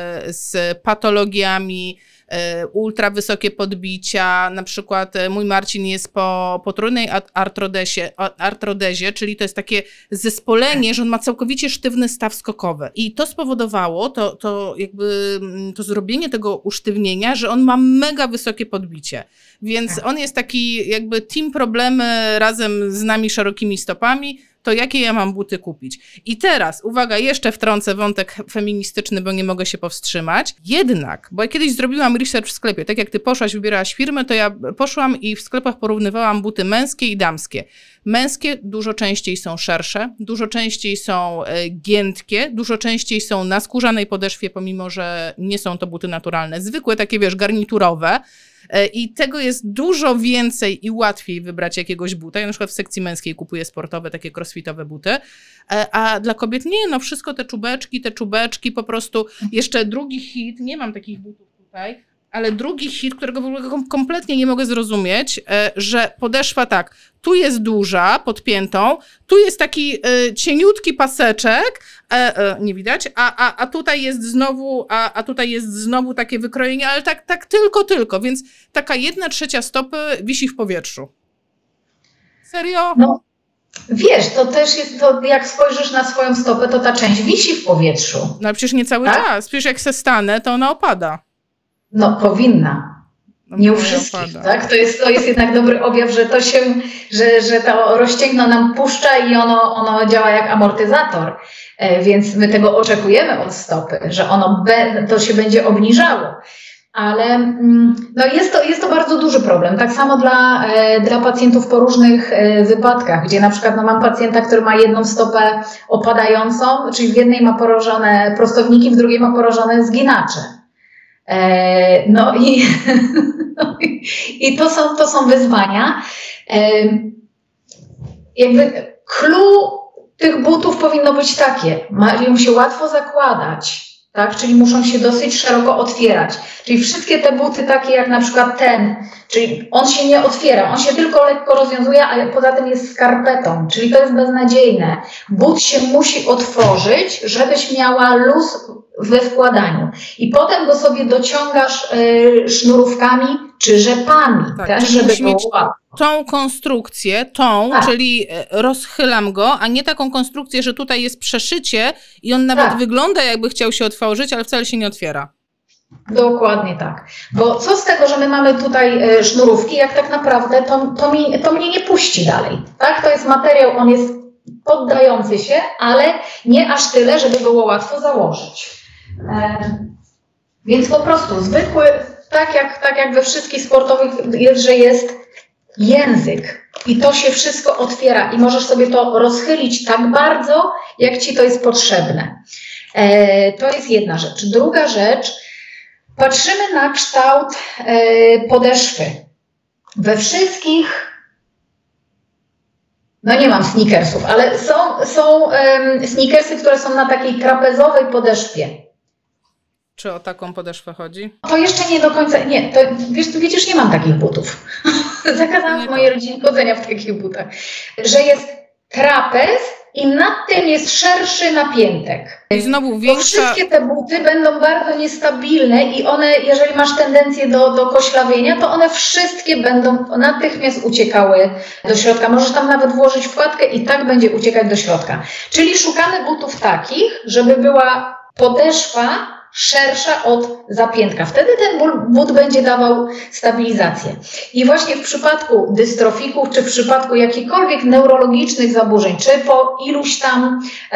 z patologiami, ultra wysokie podbicia. Na przykład mój Marcin jest po potrójnej artrodezie, artrodezie, czyli to jest takie zespolenie, że on ma całkowicie sztywny staw skokowy. I to spowodowało, to, to jakby to zrobienie tego usztywnienia, że on ma mega wysokie podbicie. Więc on jest taki jakby team problemy razem z nami szerokimi stopami. To jakie ja mam buty kupić? I teraz, uwaga, jeszcze wtrącę wątek feministyczny, bo nie mogę się powstrzymać. Jednak, bo ja kiedyś zrobiłam research w sklepie, tak jak ty poszłaś, wybierałaś firmę, to ja poszłam i w sklepach porównywałam buty męskie i damskie. Męskie dużo częściej są szersze, dużo częściej są giętkie, dużo częściej są na skórzanej podeszwie, pomimo że nie są to buty naturalne. Zwykłe takie, wiesz, garniturowe. I tego jest dużo więcej i łatwiej wybrać jakiegoś buta. Ja na przykład w sekcji męskiej kupuję sportowe, takie crossfitowe buty, a dla kobiet nie, no wszystko te czubeczki, te czubeczki, po prostu jeszcze drugi hit, nie mam takich butów tutaj, ale drugi hit, którego w ogóle kompletnie nie mogę zrozumieć, że podeszwa tak, tu jest duża, podpiętą, tu jest taki y, cieniutki paseczek, e, e, nie widać, a, a, a tutaj jest znowu, a, a tutaj jest znowu takie wykrojenie, ale tak, tak tylko, tylko, więc taka jedna trzecia stopy wisi w powietrzu. Serio? No, wiesz, to też jest, to jak spojrzysz na swoją stopę, to ta część wisi w powietrzu. No ale przecież nie cały tak? czas, przecież jak se stanę, to ona opada. No, powinna. Nie u wszystkich, tak? To jest, to jest jednak dobry objaw, że to się, że, że to rozcięgno nam puszcza i ono, ono działa jak amortyzator. E, więc my tego oczekujemy od stopy, że ono be, to się będzie obniżało. Ale mm, no jest, to, jest to bardzo duży problem. Tak samo dla, e, dla pacjentów po różnych e, wypadkach, gdzie na przykład no, mam pacjenta, który ma jedną stopę opadającą, czyli w jednej ma porożone prostowniki, w drugiej ma porożone zginacze. No i, no i, i to, są, to są wyzwania. Jakby clue tych butów powinno być takie, mają się łatwo zakładać, tak? Czyli muszą się dosyć szeroko otwierać. Czyli wszystkie te buty takie jak na przykład ten, czyli on się nie otwiera, on się tylko lekko rozwiązuje, a poza tym jest skarpetą, czyli to jest beznadziejne. But się musi otworzyć, żebyś miała luz we wkładaniu. I potem go sobie dociągasz y, sznurówkami czy rzepami, tak, też, żeby było łatwo. Tą konstrukcję, tą, tak. czyli rozchylam go, a nie taką konstrukcję, że tutaj jest przeszycie i on nawet tak. wygląda jakby chciał się otworzyć, ale wcale się nie otwiera. Dokładnie tak. Bo co z tego, że my mamy tutaj sznurówki, jak tak naprawdę to, to, mi, to mnie nie puści dalej. Tak? To jest materiał, on jest poddający się, ale nie aż tyle, żeby było łatwo założyć. E, więc po prostu zwykły, tak jak, tak jak we wszystkich sportowych jest, że jest język i to się wszystko otwiera i możesz sobie to rozchylić tak bardzo, jak ci to jest potrzebne. E, to jest jedna rzecz. Druga rzecz, Patrzymy na kształt e, podeszwy. We wszystkich, no nie mam sneakersów, ale są, są um, sneakersy, które są na takiej trapezowej podeszwie. Czy o taką podeszwę chodzi? To jeszcze nie do końca, nie, to wiesz, widzisz, nie mam takich butów. Zakazałam w mojej rodzinie chodzenia w takich butach. Że jest trapez i nad tym jest szerszy napiętek. I znowu większa... Wszystkie te buty będą bardzo niestabilne i one, jeżeli masz tendencję do, do koślawienia, to one wszystkie będą natychmiast uciekały do środka. Możesz tam nawet włożyć wkładkę i tak będzie uciekać do środka. Czyli szukamy butów takich, żeby była podeszwa szersza od zapiętka. Wtedy ten but będzie dawał stabilizację. I właśnie w przypadku dystrofików, czy w przypadku jakichkolwiek neurologicznych zaburzeń, czy po iluś tam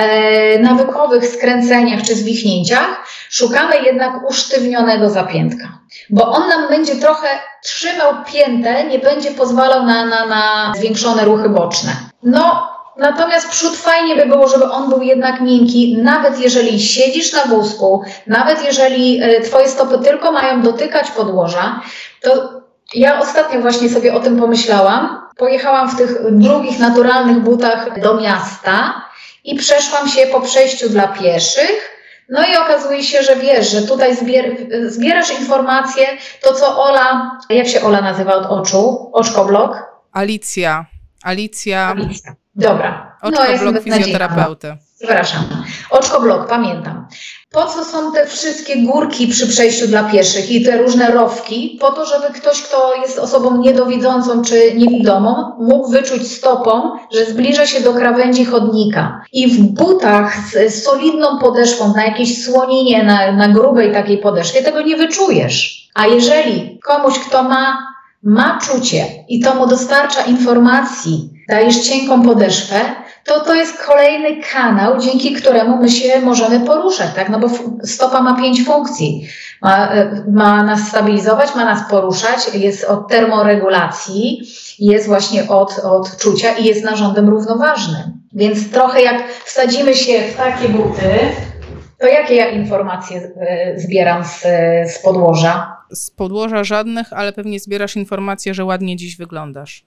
e, nawykowych skręceniach, czy zwichnięciach, szukamy jednak usztywnionego zapiętka. Bo on nam będzie trochę trzymał piętę, nie będzie pozwalał na, na, na zwiększone ruchy boczne. No, natomiast przód fajnie by było, żeby on był jednak miękki, nawet jeżeli siedzisz na wózku, nawet jeżeli twoje stopy tylko mają dotykać podłoża, to ja ostatnio właśnie sobie o tym pomyślałam. Pojechałam w tych drugich, naturalnych butach do miasta i przeszłam się po przejściu dla pieszych. No i okazuje się, że wiesz, że tutaj zbier zbierasz informacje, to co Ola, jak się Ola nazywa od oczu? Oczkoblok? Alicja. Alicja. Alicja. Dobra. Oczkoblok no, fizjoterapeuty. Przepraszam. Oczkoblok, pamiętam. Po co są te wszystkie górki przy przejściu dla pieszych i te różne rowki? Po to, żeby ktoś, kto jest osobą niedowidzącą czy niewidomą, mógł wyczuć stopą, że zbliża się do krawędzi chodnika. I w butach z solidną podeszwą, na jakiejś słoninie, na, na grubej takiej podeszwie, tego nie wyczujesz. A jeżeli komuś, kto ma ma czucie i to mu dostarcza informacji, dajesz cienką podeszwę, to to jest kolejny kanał, dzięki któremu my się możemy poruszać, tak? No bo stopa ma pięć funkcji. Ma, ma nas stabilizować, ma nas poruszać, jest od termoregulacji, jest właśnie od, od czucia i jest narządem równoważnym. Więc trochę jak wsadzimy się w takie buty, to jakie ja informacje zbieram z, z podłoża? Z podłoża żadnych, ale pewnie zbierasz informację, że ładnie dziś wyglądasz.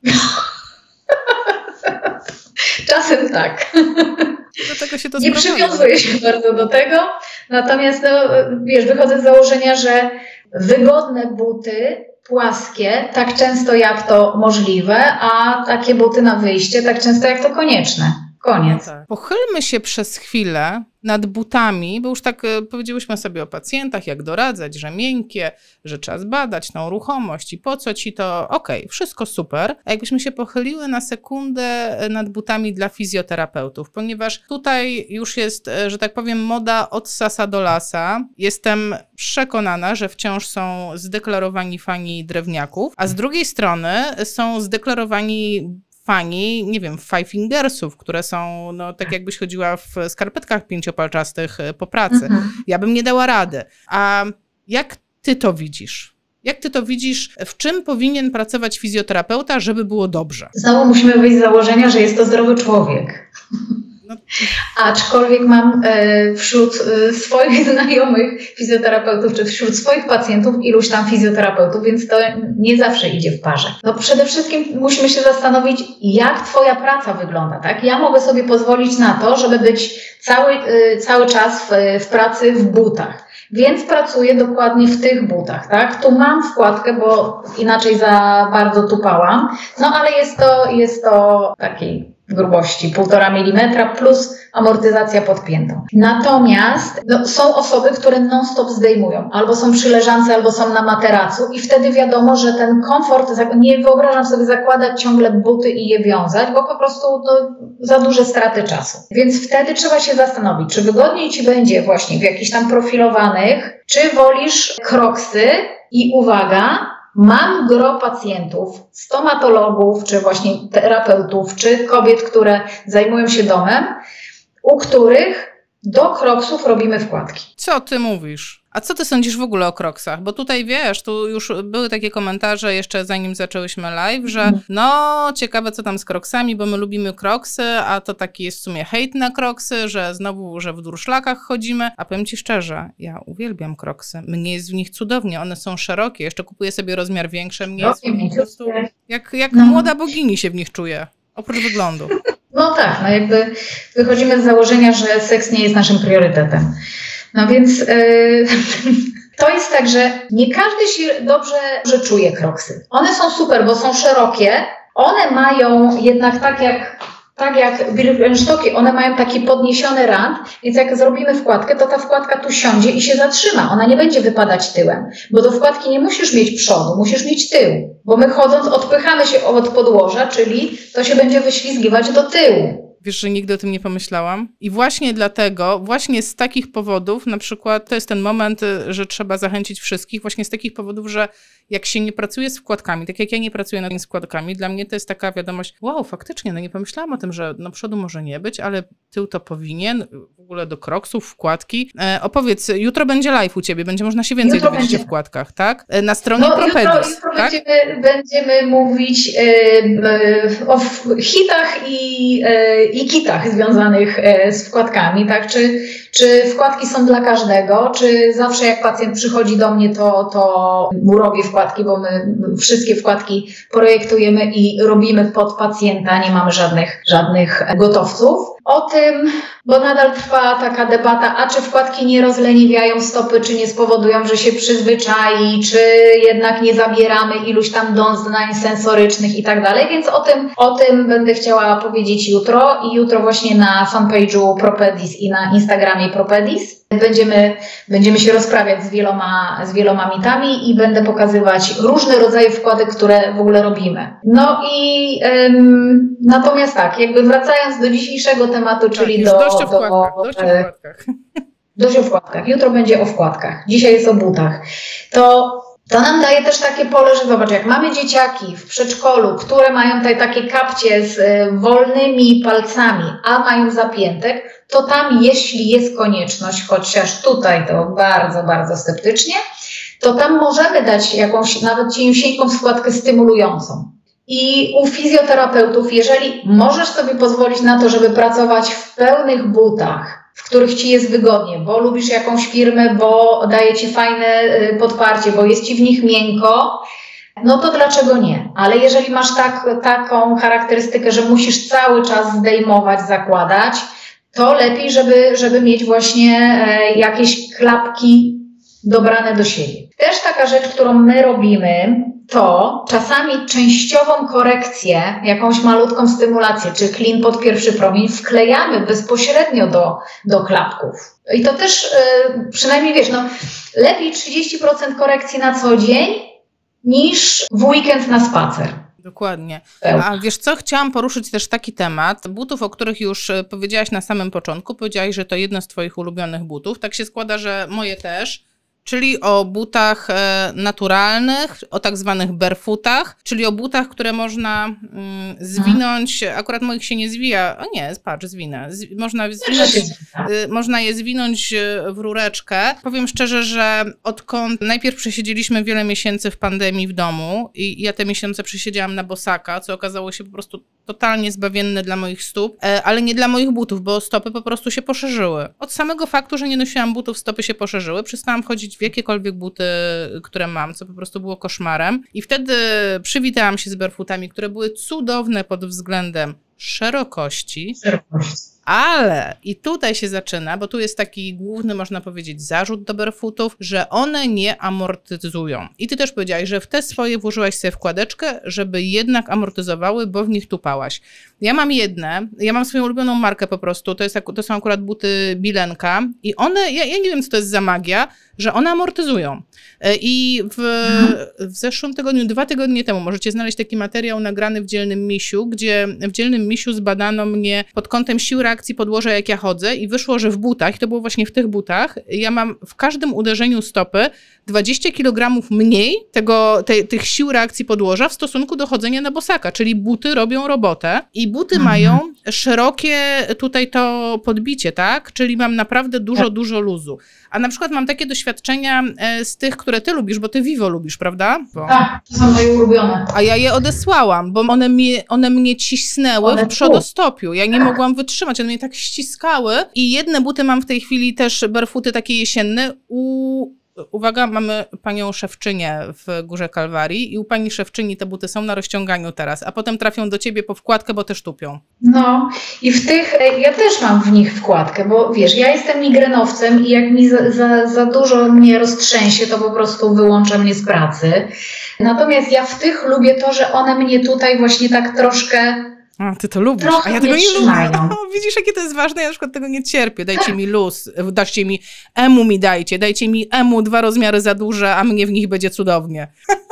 Czasem tak. Do tego się to Nie sprowadza. przywiązuję się bardzo do tego, natomiast no, wiesz, wychodzę z założenia, że wygodne buty, płaskie, tak często jak to możliwe, a takie buty na wyjście tak często jak to konieczne. Koniec. No tak. Pochylmy się przez chwilę nad butami, bo już tak e, powiedzieliśmy sobie o pacjentach, jak doradzać, że miękkie, że trzeba zbadać tą ruchomość i po co ci to, okej, okay, wszystko super. A jakbyśmy się pochyliły na sekundę nad butami dla fizjoterapeutów, ponieważ tutaj już jest, e, że tak powiem, moda od sasa do lasa. Jestem przekonana, że wciąż są zdeklarowani fani drewniaków, a z drugiej strony są zdeklarowani fani, nie wiem, Five Fingersów, które są, no tak jakbyś chodziła w skarpetkach pięciopalczastych po pracy. Mhm. Ja bym nie dała rady. A jak ty to widzisz? Jak ty to widzisz? W czym powinien pracować fizjoterapeuta, żeby było dobrze? Znowu musimy wyjść z założenia, że jest to zdrowy człowiek. No. Aczkolwiek mam e, wśród e, swoich znajomych fizjoterapeutów, czy wśród swoich pacjentów iluś tam fizjoterapeutów, więc to nie zawsze idzie w parze. No przede wszystkim musimy się zastanowić, jak twoja praca wygląda, tak? Ja mogę sobie pozwolić na to, żeby być cały, e, cały czas w, w pracy w butach. Więc pracuję dokładnie w tych butach, tak? Tu mam wkładkę, bo inaczej za bardzo tupałam, no ale jest to, jest to takiej grubości półtora milimetra plus amortyzacja pod piętą. Natomiast no, są osoby, które non-stop zdejmują, albo są przy leżance, albo są na materacu i wtedy wiadomo, że ten komfort, nie wyobrażam sobie zakładać ciągle buty i je wiązać, bo po prostu no, za duże straty czasu. Więc wtedy trzeba się zastanowić, czy wygodniej ci będzie właśnie w jakichś tam profilowanych, czy wolisz kroksy i uwaga, mam gro pacjentów, stomatologów, czy właśnie terapeutów, czy kobiet, które zajmują się domem, u których do kroksów robimy wkładki. Co ty mówisz? A co ty sądzisz w ogóle o Crocsach? Bo tutaj wiesz, tu już były takie komentarze jeszcze zanim zaczęłyśmy live, że no ciekawe co tam z Crocsami, bo my lubimy Crocsy, a to taki jest w sumie hejt na Crocsy, że znowu, że w durszlakach chodzimy. A powiem ci szczerze, ja uwielbiam Crocsy. Mnie jest w nich cudownie, one są szerokie, jeszcze kupuję sobie rozmiar większy, mnie jest po prostu jak, jak no. młoda bogini się w nich czuję, oprócz wyglądu. No tak, no jakby wychodzimy z założenia, że seks nie jest naszym priorytetem. No więc yy, to jest tak, że nie każdy się dobrze że czuje Crocsy. One są super, bo są szerokie. One mają jednak tak jak, tak jak Birkenstocki, one mają taki podniesiony rand, więc jak zrobimy wkładkę, to ta wkładka tu siądzie i się zatrzyma. Ona nie będzie wypadać tyłem, bo do wkładki nie musisz mieć przodu, musisz mieć tył. Bo my chodząc odpychamy się od podłoża, czyli to się będzie wyślizgiwać do tyłu. Wiesz, że nigdy o tym nie pomyślałam. I właśnie dlatego, właśnie z takich powodów, na przykład to jest ten moment, że trzeba zachęcić wszystkich, właśnie z takich powodów, że jak się nie pracuje z wkładkami, tak jak ja nie pracuję nad wkładkami, dla mnie to jest taka wiadomość, wow, faktycznie, no nie pomyślałam o tym, że na przodu może nie być, ale tył to powinien, w ogóle do Crocsów, wkładki. E, opowiedz, jutro będzie live u ciebie, będzie można się więcej jutro dowiedzieć będzie. o wkładkach, tak? E, na stronie no, Propedis, jutro, jutro tak? Będziemy, będziemy mówić yy, yy, o hitach i, yy, i kitach związanych yy, z wkładkami, tak? Czy, czy wkładki są dla każdego, czy zawsze jak pacjent przychodzi do mnie, to, to mu robię wkładki, bo my wszystkie wkładki projektujemy i robimy pod pacjenta, nie mamy żadnych, żadnych gotowców. O tym, bo nadal trwa taka debata, a czy wkładki nie rozleniwiają stopy, czy nie spowodują, że się przyzwyczai, czy jednak nie zabieramy iluś tam doznań sensorycznych i tak dalej, więc o tym, o tym będę chciała powiedzieć jutro i jutro właśnie na fanpage'u Propedis i na Instagramie Propedis będziemy, będziemy się rozprawiać z wieloma, z wieloma mitami i będę pokazywać różne rodzaje wkładek, które w ogóle robimy. No i ym, natomiast tak, jakby wracając do dzisiejszego tematu, czyli tak, do... Dość o wkładkach, do, dość o wkładkach. Dość o wkładkach. Jutro będzie o wkładkach. Dzisiaj jest o butach. To To nam daje też takie pole, że zobacz, jak mamy dzieciaki w przedszkolu, które mają te takie kapcie z wolnymi palcami, a mają zapiętek, to tam jeśli jest konieczność, chociaż tutaj to bardzo, bardzo sceptycznie, to tam możemy dać jakąś nawet cieniusieńką składkę stymulującą. I u fizjoterapeutów, jeżeli możesz sobie pozwolić na to, żeby pracować w pełnych butach, w których ci jest wygodnie, bo lubisz jakąś firmę, bo daje ci fajne podparcie, bo jest ci w nich miękko, no to dlaczego nie? Ale jeżeli masz tak, taką charakterystykę, że musisz cały czas zdejmować, zakładać, to lepiej, żeby, żeby mieć właśnie jakieś klapki dobrane do siebie. Też taka rzecz, którą my robimy, to czasami częściową korekcję, jakąś malutką stymulację, czy klin pod pierwszy promień wklejamy bezpośrednio do, do klapków. I to też yy, przynajmniej wiesz, no lepiej trzydzieści procent korekcji na co dzień niż w weekend na spacer. Dokładnie. A wiesz co, chciałam poruszyć też taki temat butów, o których już powiedziałaś na samym początku. Powiedziałaś, że to jedno z twoich ulubionych butów. Tak się składa, że moje też. Czyli o butach e, naturalnych, o tak zwanych barefootach, czyli o butach, które można mm, zwinąć, akurat moich się nie zwija, o nie, patrz, zwinę, Z, można, zwinąć, y, można je zwinąć w rureczkę. Powiem szczerze, że odkąd najpierw przesiedzieliśmy wiele miesięcy w pandemii w domu i ja te miesiące przesiedziałam na bosaka, co okazało się po prostu totalnie zbawienne dla moich stóp, e, ale nie dla moich butów, bo stopy po prostu się poszerzyły. Od samego faktu, że nie nosiłam butów, stopy się poszerzyły, przestałam chodzić w jakiekolwiek buty, które mam, co po prostu było koszmarem. I wtedy przywitałam się z barefootami, które były cudowne pod względem szerokości, ale i tutaj się zaczyna, bo tu jest taki główny, można powiedzieć, zarzut do barefootów, że one nie amortyzują. I ty też powiedziałaś, że w te swoje włożyłaś sobie wkładeczkę, żeby jednak amortyzowały, bo w nich tupałaś. Ja mam jedne, ja mam swoją ulubioną markę po prostu, to, jest, to są akurat buty Bilenka i one, ja, ja nie wiem, co to jest za magia, że one amortyzują. I w, w zeszłym tygodniu, dwa tygodnie temu możecie znaleźć taki materiał nagrany w Dzielnym Misiu, gdzie w Dzielnym Misiu zbadano mnie pod kątem sił reakcji reakcji podłoża, jak ja chodzę i wyszło, że w butach, i to było właśnie w tych butach, ja mam w każdym uderzeniu stopy dwadzieścia kilogramów mniej tego, te, tych sił reakcji podłoża w stosunku do chodzenia na bosaka, czyli buty robią robotę i buty mhm. mają szerokie tutaj to podbicie, tak? Czyli mam naprawdę dużo, tak. dużo luzu. A na przykład mam takie doświadczenia z tych, które ty lubisz, bo ty Vivo lubisz, prawda? Bo... Tak, to są moje ulubione. A ja je odesłałam, bo one mnie, one mnie cisnęły one w przodostopiu. Ja nie mogłam wytrzymać, one mnie tak ściskały. I jedne buty mam w tej chwili też, barfuty takie jesienne. U... Uwaga, mamy panią szewczynię w Górze Kalwarii i u pani szewczyni te buty są na rozciąganiu teraz, a potem trafią do ciebie po wkładkę, bo też tupią. No i w tych, ja też mam w nich wkładkę, bo wiesz, ja jestem migrenowcem i jak mi za, za, za dużo mnie roztrzęsie, to po prostu wyłącza mnie z pracy. Natomiast ja w tych lubię to, że one mnie tutaj właśnie tak troszkę... A, ty to lubisz, a ja tego nie lubię. No, widzisz, jakie to jest ważne? Ja na przykład tego nie cierpię. Dajcie tak. mi luz, dajcie mi, emu mi dajcie, dajcie mi emu dwa rozmiary za duże, a mnie w nich będzie cudownie.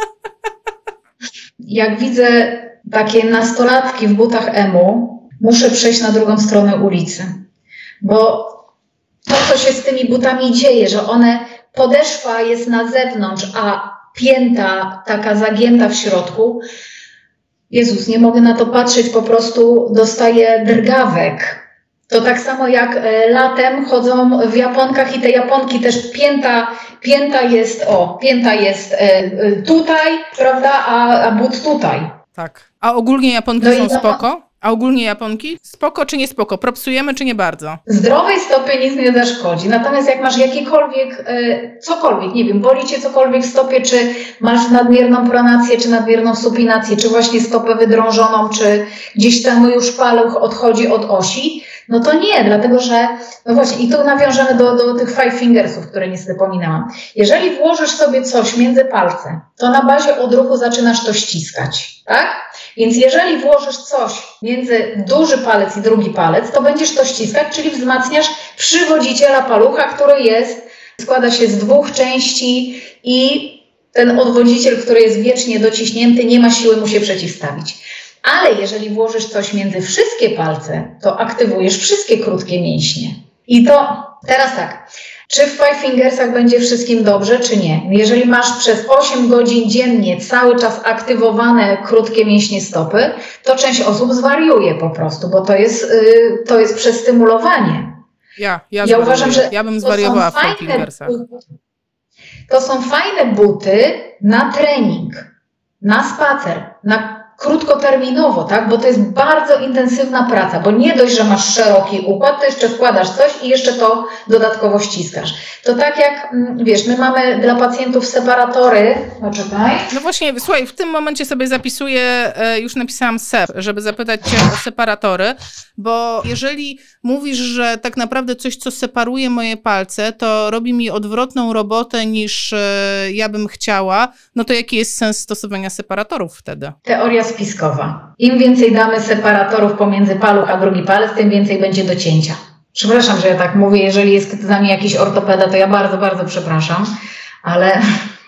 Jak widzę takie nastolatki w butach emu, muszę przejść na drugą stronę ulicy. Bo to, co się z tymi butami dzieje, że one, podeszwa jest na zewnątrz, a pięta taka zagięta w środku, Jezus, nie mogę na to patrzeć, po prostu dostaję drgawek. To tak samo jak latem chodzą w japonkach i te japonki też pięta, pięta jest, o, pięta jest tutaj, prawda, a, a but tutaj. Tak. A ogólnie japonki no są spoko? A ogólnie japonki? Spoko czy nie spoko? Propsujemy czy nie bardzo? Zdrowej stopie nic nie zaszkodzi. Natomiast jak masz jakikolwiek, e, cokolwiek, nie wiem, boli cię cokolwiek w stopie, czy masz nadmierną pronację, czy nadmierną supinację, czy właśnie stopę wydrążoną, czy gdzieś tam już paluch odchodzi od osi, no to nie, dlatego że, no właśnie, i tu nawiążemy do, do tych five fingersów, które niestety pominęłam. Jeżeli włożysz sobie coś między palce, to na bazie odruchu zaczynasz to ściskać, tak? Więc jeżeli włożysz coś między duży palec i drugi palec, to będziesz to ściskać, czyli wzmacniasz przywodziciela palucha, który jest, składa się z dwóch części i ten odwodziciel, który jest wiecznie dociśnięty, nie ma siły mu się przeciwstawić. Ale jeżeli włożysz coś między wszystkie palce, to aktywujesz wszystkie krótkie mięśnie. I to teraz tak, czy w Five Fingersach będzie wszystkim dobrze, czy nie? Jeżeli masz przez osiem godzin dziennie cały czas aktywowane krótkie mięśnie stopy, to część osób zwariuje po prostu, bo to jest, yy, to jest przestymulowanie. Ja, ja, ja uważam, że ja bym zwariowała w Five Fingersach. To są fajne buty na trening, na spacer, na krótkoterminowo, tak? Bo to jest bardzo intensywna praca, bo nie dość, że masz szeroki układ, to jeszcze wkładasz coś i jeszcze to dodatkowo ściskasz. To tak jak, wiesz, my mamy dla pacjentów separatory, poczekaj. No właśnie, słuchaj, w tym momencie sobie zapisuję, już napisałam S E P, żeby zapytać cię o separatory, bo jeżeli mówisz, że tak naprawdę coś, co separuje moje palce, to robi mi odwrotną robotę niż ja bym chciała, no to jaki jest sens stosowania separatorów wtedy? Teoria spiskowa. Im więcej damy separatorów pomiędzy paluch a drugi palec, tym więcej będzie do cięcia. Przepraszam, że ja tak mówię, jeżeli jest z nami jakiś ortopeda, to ja bardzo, bardzo przepraszam, ale...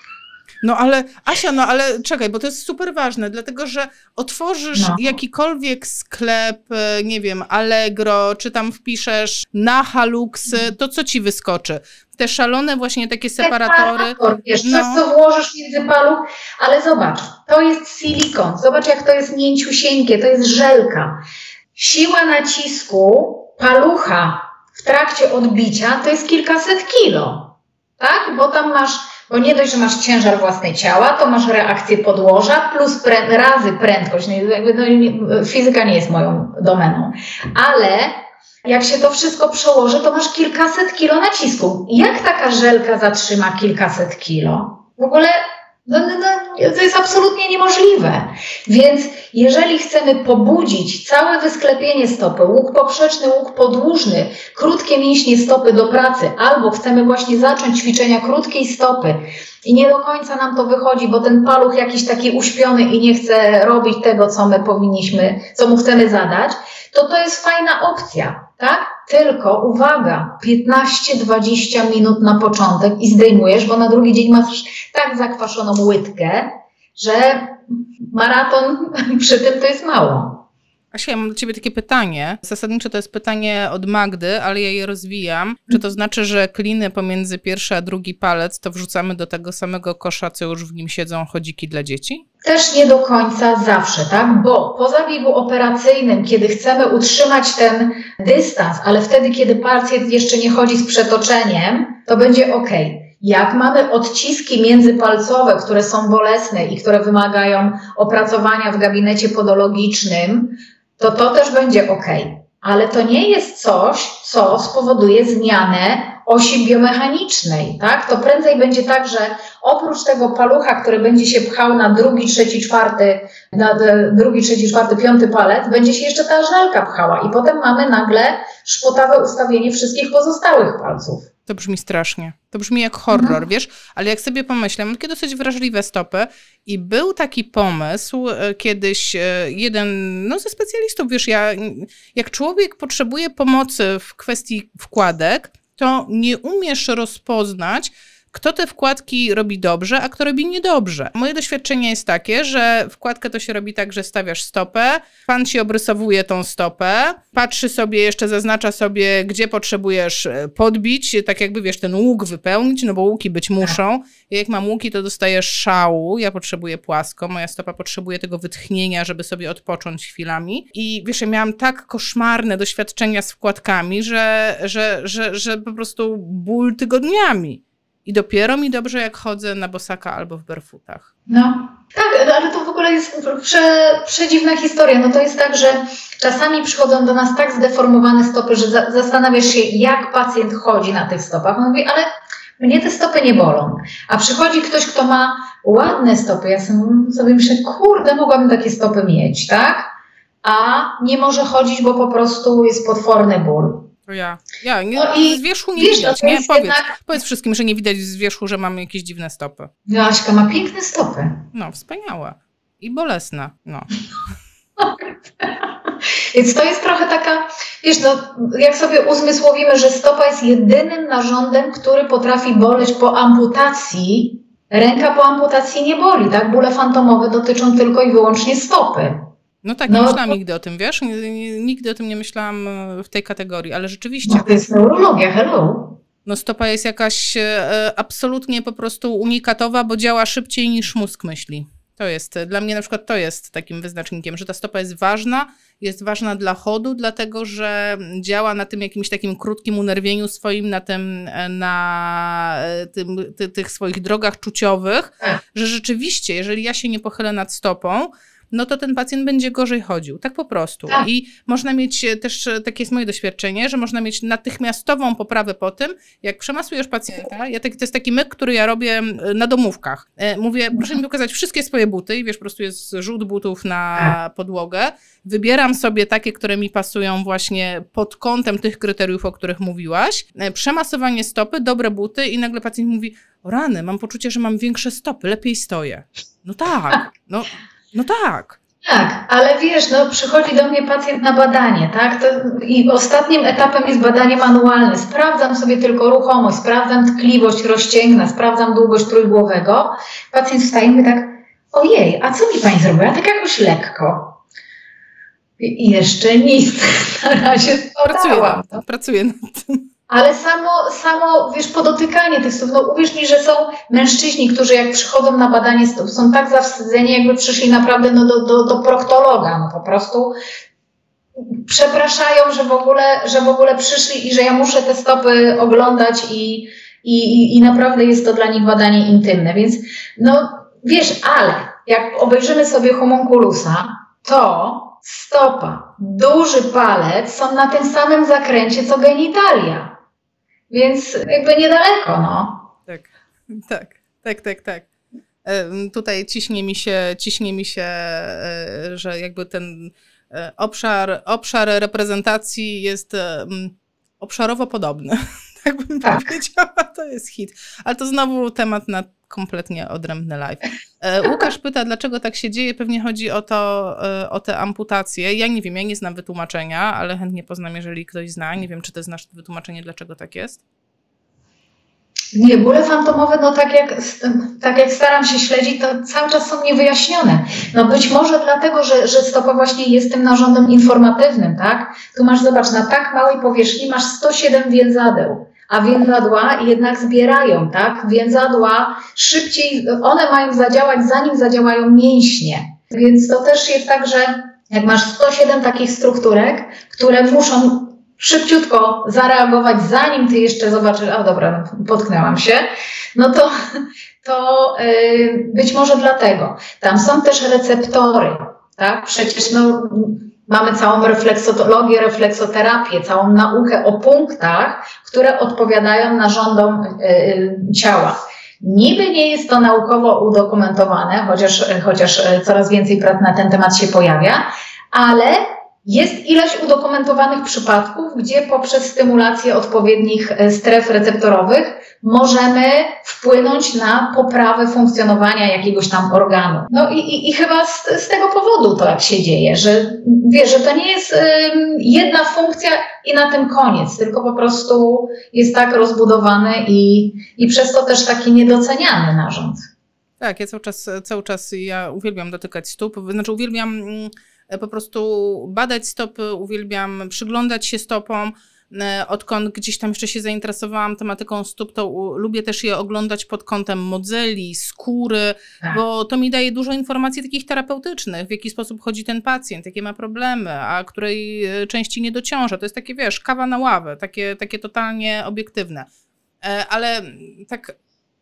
No ale, Asia, no ale czekaj, bo to jest super ważne, dlatego że otworzysz no. jakikolwiek sklep, nie wiem, Allegro, czy tam wpiszesz na Haluxy, to co ci wyskoczy? Te szalone właśnie takie separatory. Separator, wiesz, no. coś co włożysz między paluch, ale zobacz, to jest silikon, zobacz jak to jest mięciusieńkie, to jest żelka. Siła nacisku palucha w trakcie odbicia to jest kilkaset kilo, tak? Bo tam masz, bo nie dość, że masz ciężar własnej ciała, to masz reakcję podłoża plus pre, razy prędkość. No, jakby, no, fizyka nie jest moją domeną, ale jak się to wszystko przełoży, to masz kilkaset kilo nacisku. Jak taka żelka zatrzyma kilkaset kilo? W ogóle no, no, no, to jest absolutnie niemożliwe. Więc jeżeli chcemy pobudzić całe wysklepienie stopy, łuk poprzeczny, łuk podłużny, krótkie mięśnie stopy do pracy, albo chcemy właśnie zacząć ćwiczenia krótkiej stopy i nie do końca nam to wychodzi, bo ten paluch jakiś taki uśpiony i nie chce robić tego, co my powinniśmy, co mu chcemy zadać, to to jest fajna opcja, tak? Tylko uwaga, piętnaście dwadzieścia minut na początek i zdejmujesz, bo na drugi dzień masz tak zakwaszoną łydkę, że maraton przy tym to jest mało. Asia, ja mam do ciebie takie pytanie. Zasadniczo to jest pytanie od Magdy, ale ja je rozwijam. Czy to znaczy, że kliny pomiędzy pierwszy a drugi palec to wrzucamy do tego samego kosza, co już w nim siedzą chodziki dla dzieci? Też nie do końca zawsze, tak? Bo po zabiegu operacyjnym, kiedy chcemy utrzymać ten dystans, ale wtedy, kiedy pacjent jeszcze nie chodzi z przetoczeniem, to będzie ok. Jak mamy odciski międzypalcowe, które są bolesne i które wymagają opracowania w gabinecie podologicznym, to to też będzie ok. Ale to nie jest coś, co spowoduje zmianę osi biomechanicznej, tak? To prędzej będzie tak, że oprócz tego palucha, który będzie się pchał na drugi, trzeci, czwarty, na drugi, trzeci, czwarty, piąty palec, będzie się jeszcze ta żelka pchała i potem mamy nagle szpotawe ustawienie wszystkich pozostałych palców. To brzmi strasznie. To brzmi jak horror, no. Wiesz? Ale jak sobie pomyślę, mam takie dosyć wrażliwe stopy i był taki pomysł kiedyś, jeden no, ze specjalistów, wiesz, ja, jak człowiek potrzebuje pomocy w kwestii wkładek, to nie umiesz rozpoznać, kto te wkładki robi dobrze, a kto robi niedobrze. Moje doświadczenie jest takie, że wkładkę to się robi tak, że stawiasz stopę, pan ci obrysowuje tą stopę, patrzy sobie, jeszcze zaznacza sobie, gdzie potrzebujesz podbić, tak jakby, wiesz, ten łuk wypełnić, no bo łuki być muszą. I jak mam łuki, to dostajesz szału, ja potrzebuję płasko, moja stopa potrzebuje tego wytchnienia, żeby sobie odpocząć chwilami. I wiesz, ja miałam tak koszmarne doświadczenia z wkładkami, że, że, że, że po prostu ból tygodniami. I dopiero mi dobrze, jak chodzę na bosaka albo w barefootach. No, tak, ale to w ogóle jest prze, przedziwna historia. No to jest tak, że czasami przychodzą do nas tak zdeformowane stopy, że za, zastanawiasz się, jak pacjent chodzi na tych stopach. On mówi, ale mnie te stopy nie bolą. A przychodzi ktoś, kto ma ładne stopy. Ja sobie myślę, kurde, mogłabym takie stopy mieć, tak? A nie może chodzić, bo po prostu jest potworny ból. To ja. Ja. Nie, no i z wierzchu nie wiesz, widać, no nie? Powiedz, jednak... powiedz wszystkim, że nie widać z wierzchu, że mamy jakieś dziwne stopy. No, Aśka ma piękne stopy. No, wspaniałe. I bolesne, no. Więc to jest trochę taka, wiesz, no, jak sobie uzmysłowimy, że stopa jest jedynym narządem, który potrafi boleć po amputacji, ręka po amputacji nie boli, tak? Bóle fantomowe dotyczą tylko i wyłącznie stopy. No tak, nie no, myślałam to... nigdy o tym, wiesz? Nigdy o tym nie myślałam w tej kategorii, ale rzeczywiście... No to jest neurologia, hello. No stopa jest jakaś e, absolutnie po prostu unikatowa, bo działa szybciej niż mózg myśli. To jest, dla mnie na przykład to jest takim wyznacznikiem, że ta stopa jest ważna, jest ważna dla chodu, dlatego że działa na tym jakimś takim krótkim unerwieniu swoim, na tym, na tym, ty, tych swoich drogach czuciowych, że rzeczywiście, jeżeli ja się nie pochylę nad stopą, no to ten pacjent będzie gorzej chodził. Tak po prostu. Tak. I można mieć też, takie jest moje doświadczenie, że można mieć natychmiastową poprawę po tym, jak przemasujesz pacjenta. Ja tak, to jest taki myk, który ja robię na domówkach. Mówię, proszę mi pokazać wszystkie swoje buty i wiesz, po prostu jest rzut butów na podłogę. Wybieram sobie takie, które mi pasują właśnie pod kątem tych kryteriów, o których mówiłaś. Przemasowanie stopy, dobre buty i nagle pacjent mówi, o rany, mam poczucie, że mam większe stopy, lepiej stoję. No tak, no No tak. Tak, ale wiesz, no przychodzi do mnie pacjent na badanie, tak? To, i ostatnim etapem jest badanie manualne. Sprawdzam sobie tylko ruchomość, sprawdzam tkliwość rozcięgna, sprawdzam długość trójgłowego. Pacjent wstaje i mówi tak, ojej, a co mi pani zrobiła? Tak jakoś lekko. I jeszcze nic. Na razie pracuję nad tym, pracuję nad tym. Ale samo, samo, wiesz, podotykanie tych stóp, no uwierz mi, że są mężczyźni, którzy jak przychodzą na badanie stóp, są tak zawstydzeni, jakby przyszli naprawdę no, do, do, do proktologa, no po prostu przepraszają, że w ogóle, że w ogóle przyszli i że ja muszę te stopy oglądać i, i, i naprawdę jest to dla nich badanie intymne, więc no wiesz, ale jak obejrzymy sobie homunculusa, to stopa, duży palec są na tym samym zakręcie, co genitalia. Więc jakby niedaleko, no. Tak, tak, tak, tak, tak. E, tutaj ciśnie mi się, ciśnie mi się, e, że jakby ten e, obszar, obszar reprezentacji jest e, obszarowo podobny. Tak bym tak powiedziała, to jest hit. Ale to znowu temat na kompletnie odrębny live. E, Łukasz pyta, dlaczego tak się dzieje. Pewnie chodzi o to, e, o te amputacje. Ja nie wiem, ja nie znam wytłumaczenia, ale chętnie poznam, jeżeli ktoś zna. Nie wiem, czy ty znasz wytłumaczenie, dlaczego tak jest? Nie, bóle fantomowe, no tak jak, tak jak staram się śledzić, to cały czas są niewyjaśnione. No być może dlatego, że, że stopa właśnie jest tym narządem informatywnym, tak? Tu masz, zobacz, na tak małej powierzchni masz sto siedem więzadeł, a więzadła jednak zbierają, tak? Więzadła szybciej, one mają zadziałać, zanim zadziałają mięśnie. Więc to też jest tak, że jak masz sto siedem takich strukturek, które muszą szybciutko zareagować, zanim ty jeszcze zobaczysz, a dobra, potknęłam się, no to, to yy, być może dlatego. Tam są też receptory, tak? Przecież no, mamy całą refleksologię, refleksoterapię, całą naukę o punktach, które odpowiadają narządom yy, ciała. Niby nie jest to naukowo udokumentowane, chociaż, chociaż coraz więcej prac na ten temat się pojawia, ale jest ilość udokumentowanych przypadków, gdzie poprzez stymulację odpowiednich stref receptorowych możemy wpłynąć na poprawę funkcjonowania jakiegoś tam organu. No i, i, i chyba z, z tego powodu to tak się dzieje, że wiesz, że to nie jest y, jedna funkcja i na tym koniec, tylko po prostu jest tak rozbudowany i, i przez to też taki niedoceniany narząd. Tak, ja cały czas, cały czas ja uwielbiam dotykać stóp, znaczy uwielbiam po prostu badać stopy, uwielbiam przyglądać się stopom. Odkąd gdzieś tam jeszcze się zainteresowałam tematyką stóp, to u, lubię też je oglądać pod kątem modzeli, skóry, tak. Bo to mi daje dużo informacji takich terapeutycznych, w jaki sposób chodzi ten pacjent, jakie ma problemy, a której części nie dociąża. To jest takie, wiesz, kawa na ławę, takie, takie totalnie obiektywne. Ale tak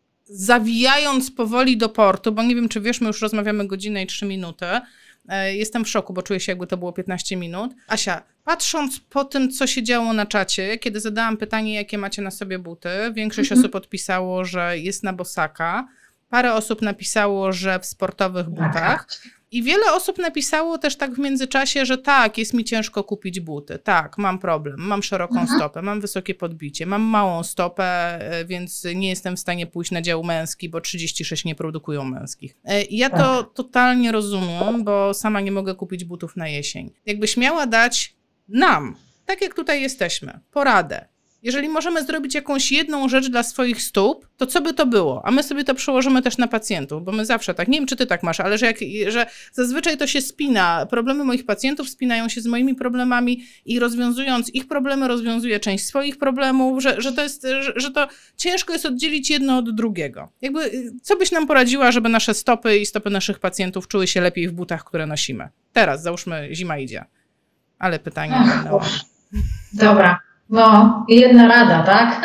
zawijając powoli do portu, bo nie wiem, czy wiesz, my już rozmawiamy godzinę i trzy minuty, jestem w szoku, bo czuję się, jakby to było piętnaście minut. Asia, patrząc po tym, co się działo na czacie, kiedy zadałam pytanie, jakie macie na sobie buty, większość mm-hmm. osób odpisało, że jest na bosaka, parę osób napisało, że w sportowych butach i wiele osób napisało też tak w międzyczasie, że tak, jest mi ciężko kupić buty, tak, mam problem, mam szeroką mm-hmm. stopę, mam wysokie podbicie, mam małą stopę, więc nie jestem w stanie pójść na dział męski, bo trzydzieści sześć nie produkują męskich. I ja to totalnie rozumiem, bo sama nie mogę kupić butów na jesień. Jakbyś miała dać nam, tak jak tutaj jesteśmy, poradę, jeżeli możemy zrobić jakąś jedną rzecz dla swoich stóp, to co by to było? A my sobie to przełożymy też na pacjentów, bo my zawsze tak, nie wiem, czy ty tak masz, ale że, jak, że zazwyczaj to się spina. Problemy moich pacjentów spinają się z moimi problemami i rozwiązując ich problemy, rozwiązuje część swoich problemów, że, że, to jest, że, że to ciężko jest oddzielić jedno od drugiego. Jakby, co byś nam poradziła, żeby nasze stopy i stopy naszych pacjentów czuły się lepiej w butach, które nosimy? Teraz, załóżmy, zima idzie. Ale pytanie Ach, będą. Dobra. No, jedna rada, tak?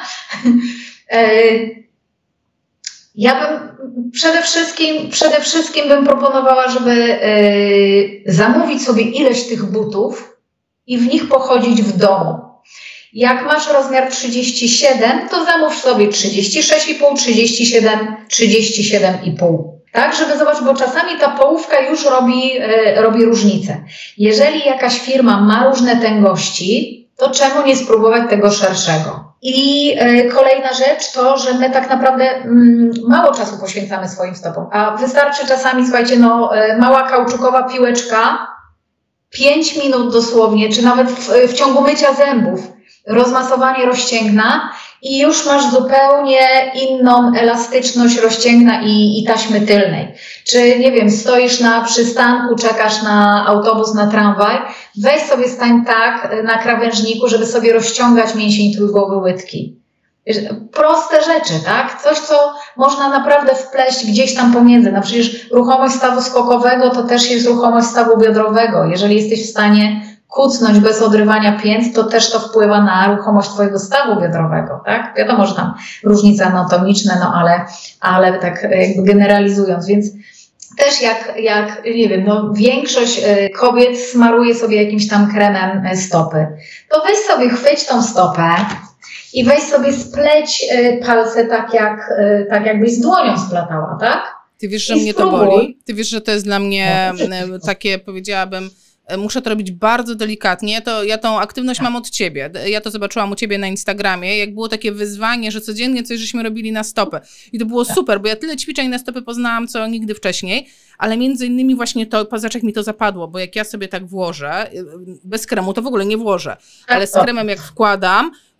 Ja bym przede wszystkim, przede wszystkim bym proponowała, żeby zamówić sobie ileś tych butów i w nich pochodzić w domu. Jak masz rozmiar trzydzieści siedem, to zamów sobie trzydzieści sześć i pół, trzydzieści siedem, trzydzieści siedem i pół. Tak, żeby zobaczyć, bo czasami ta połówka już robi, robi różnicę. Jeżeli jakaś firma ma różne tęgości, to czemu nie spróbować tego szerszego? I y, kolejna rzecz to, że my tak naprawdę mm, mało czasu poświęcamy swoim stopom, a wystarczy czasami, słuchajcie, no y, mała kauczukowa piłeczka, pięć minut dosłownie, czy nawet w, w ciągu mycia zębów, rozmasowanie rozcięgna i już masz zupełnie inną elastyczność rozcięgna i, i taśmy tylnej. Czy, nie wiem, stoisz na przystanku, czekasz na autobus, na tramwaj, weź sobie stań tak na krawężniku, żeby sobie rozciągać mięsień trójgłowy łydki. Proste rzeczy, tak? Coś, co można naprawdę wpleść gdzieś tam pomiędzy. No przecież ruchomość stawu skokowego to też jest ruchomość stawu biodrowego. Jeżeli jesteś w stanie kucnąć bez odrywania pięt, to też to wpływa na ruchomość twojego stawu biodrowego, tak? Wiadomo, że tam różnice anatomiczne, no ale, ale tak jakby generalizując, więc też jak, jak nie wiem, no większość kobiet smaruje sobie jakimś tam kremem stopy, to weź sobie, chwyć tą stopę i weź sobie spleć palce tak, jak, tak jakbyś z dłonią splatała, tak? Ty wiesz, że I mnie spróbuj. To boli? Ty wiesz, że to jest dla mnie no, takie, powiedziałabym, muszę to robić bardzo delikatnie, to ja tą aktywność mam od ciebie. Ja to zobaczyłam u ciebie na Instagramie, jak było takie wyzwanie, że codziennie coś żeśmy robili na stopę. I to było super, bo ja tyle ćwiczeń na stopy poznałam, co nigdy wcześniej, ale między innymi właśnie to, zobacz jak mi to zapadło, bo jak ja sobie tak włożę, bez kremu to w ogóle nie włożę, ale z kremem jak wkładam,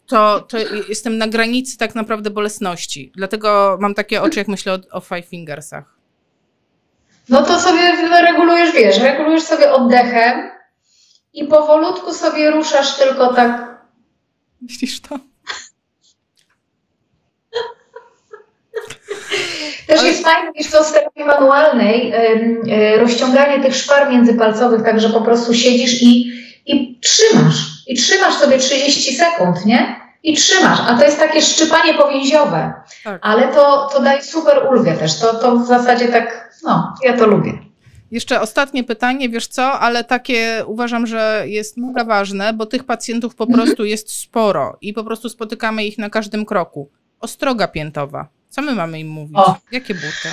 to, to jestem na granicy tak naprawdę bolesności. Dlatego mam takie oczy, jak myślę o, o Five Fingersach. No to sobie regulujesz, wiesz, regulujesz sobie oddechem i powolutku sobie ruszasz tylko tak. Myślisz to? Też jest fajne, wiesz co, z terapii manualnej, yy, yy, rozciąganie tych szpar międzypalcowych, tak że po prostu siedzisz i, i trzymasz. I trzymasz sobie trzydzieści sekund, nie? I trzymasz. A to jest takie szczypanie powięziowe. Tak. Ale to, to daje super ulgę też. To, to w zasadzie tak, no, ja to lubię. Jeszcze ostatnie pytanie, wiesz co, ale takie uważam, że jest mega ważne, bo tych pacjentów po mhm. prostu jest sporo i po prostu spotykamy ich na każdym kroku. Ostroga piętowa. Co my mamy im mówić? O. Jakie buty?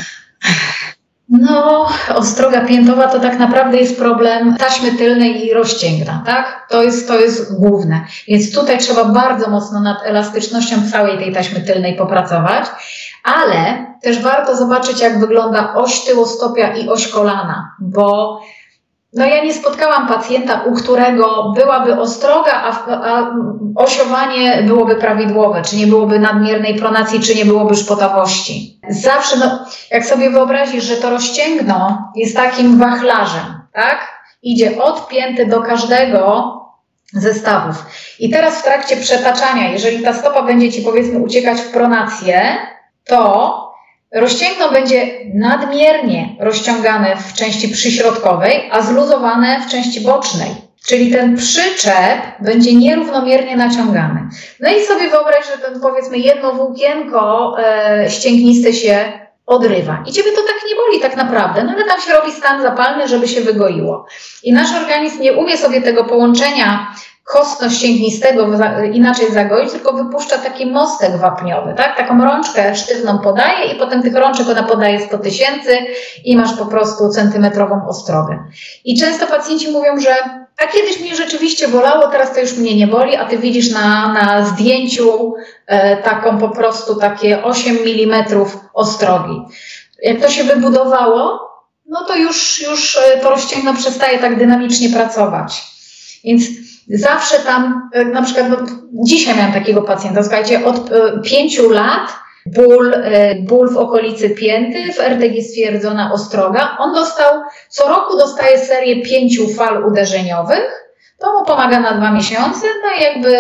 No, ostroga piętowa to tak naprawdę jest problem taśmy tylnej i rozcięgna, tak? To jest, to jest główne. Więc tutaj trzeba bardzo mocno nad elastycznością całej tej taśmy tylnej popracować, ale też warto zobaczyć, jak wygląda oś tyłostopia i oś kolana, bo no ja nie spotkałam pacjenta, u którego byłaby ostroga, a, a osiowanie byłoby prawidłowe, czy nie byłoby nadmiernej pronacji, czy nie byłoby szpotawości. Zawsze, no, jak sobie wyobrazisz, że to rozcięgno jest takim wachlarzem, tak? Idzie od pięty do każdego ze stawów. I teraz w trakcie przetaczania, jeżeli ta stopa będzie ci, powiedzmy, uciekać w pronację, to rozcięgno będzie nadmiernie rozciągane w części przyśrodkowej, a zluzowane w części bocznej. Czyli ten przyczep będzie nierównomiernie naciągany. No i sobie wyobraź, że ten, powiedzmy, jedno włókienko e, ścięgniste się odrywa. I ciebie to tak nie boli tak naprawdę, no ale tam się robi stan zapalny, żeby się wygoiło. I nasz organizm nie umie sobie tego połączenia kostno-ścięgnistego inaczej zagoić, tylko wypuszcza taki mostek wapniowy, tak? Taką rączkę sztywną podaje i potem tych rączek ona podaje sto tysięcy i masz po prostu centymetrową ostrogę. I często pacjenci mówią, że a kiedyś mnie rzeczywiście bolało, teraz to już mnie nie boli, a ty widzisz na, na zdjęciu e, taką po prostu takie osiem milimetrów ostrogi. Jak to się wybudowało, no to już, już to rozcięgno przestaje tak dynamicznie pracować. Więc zawsze tam, na przykład no, dzisiaj miałam takiego pacjenta, słuchajcie, od y, pięciu lat ból, y, ból w okolicy pięty, w R T G stwierdzona ostroga. On dostał, co roku dostaje serię pięciu fal uderzeniowych, to mu pomaga na dwa miesiące, no i jakby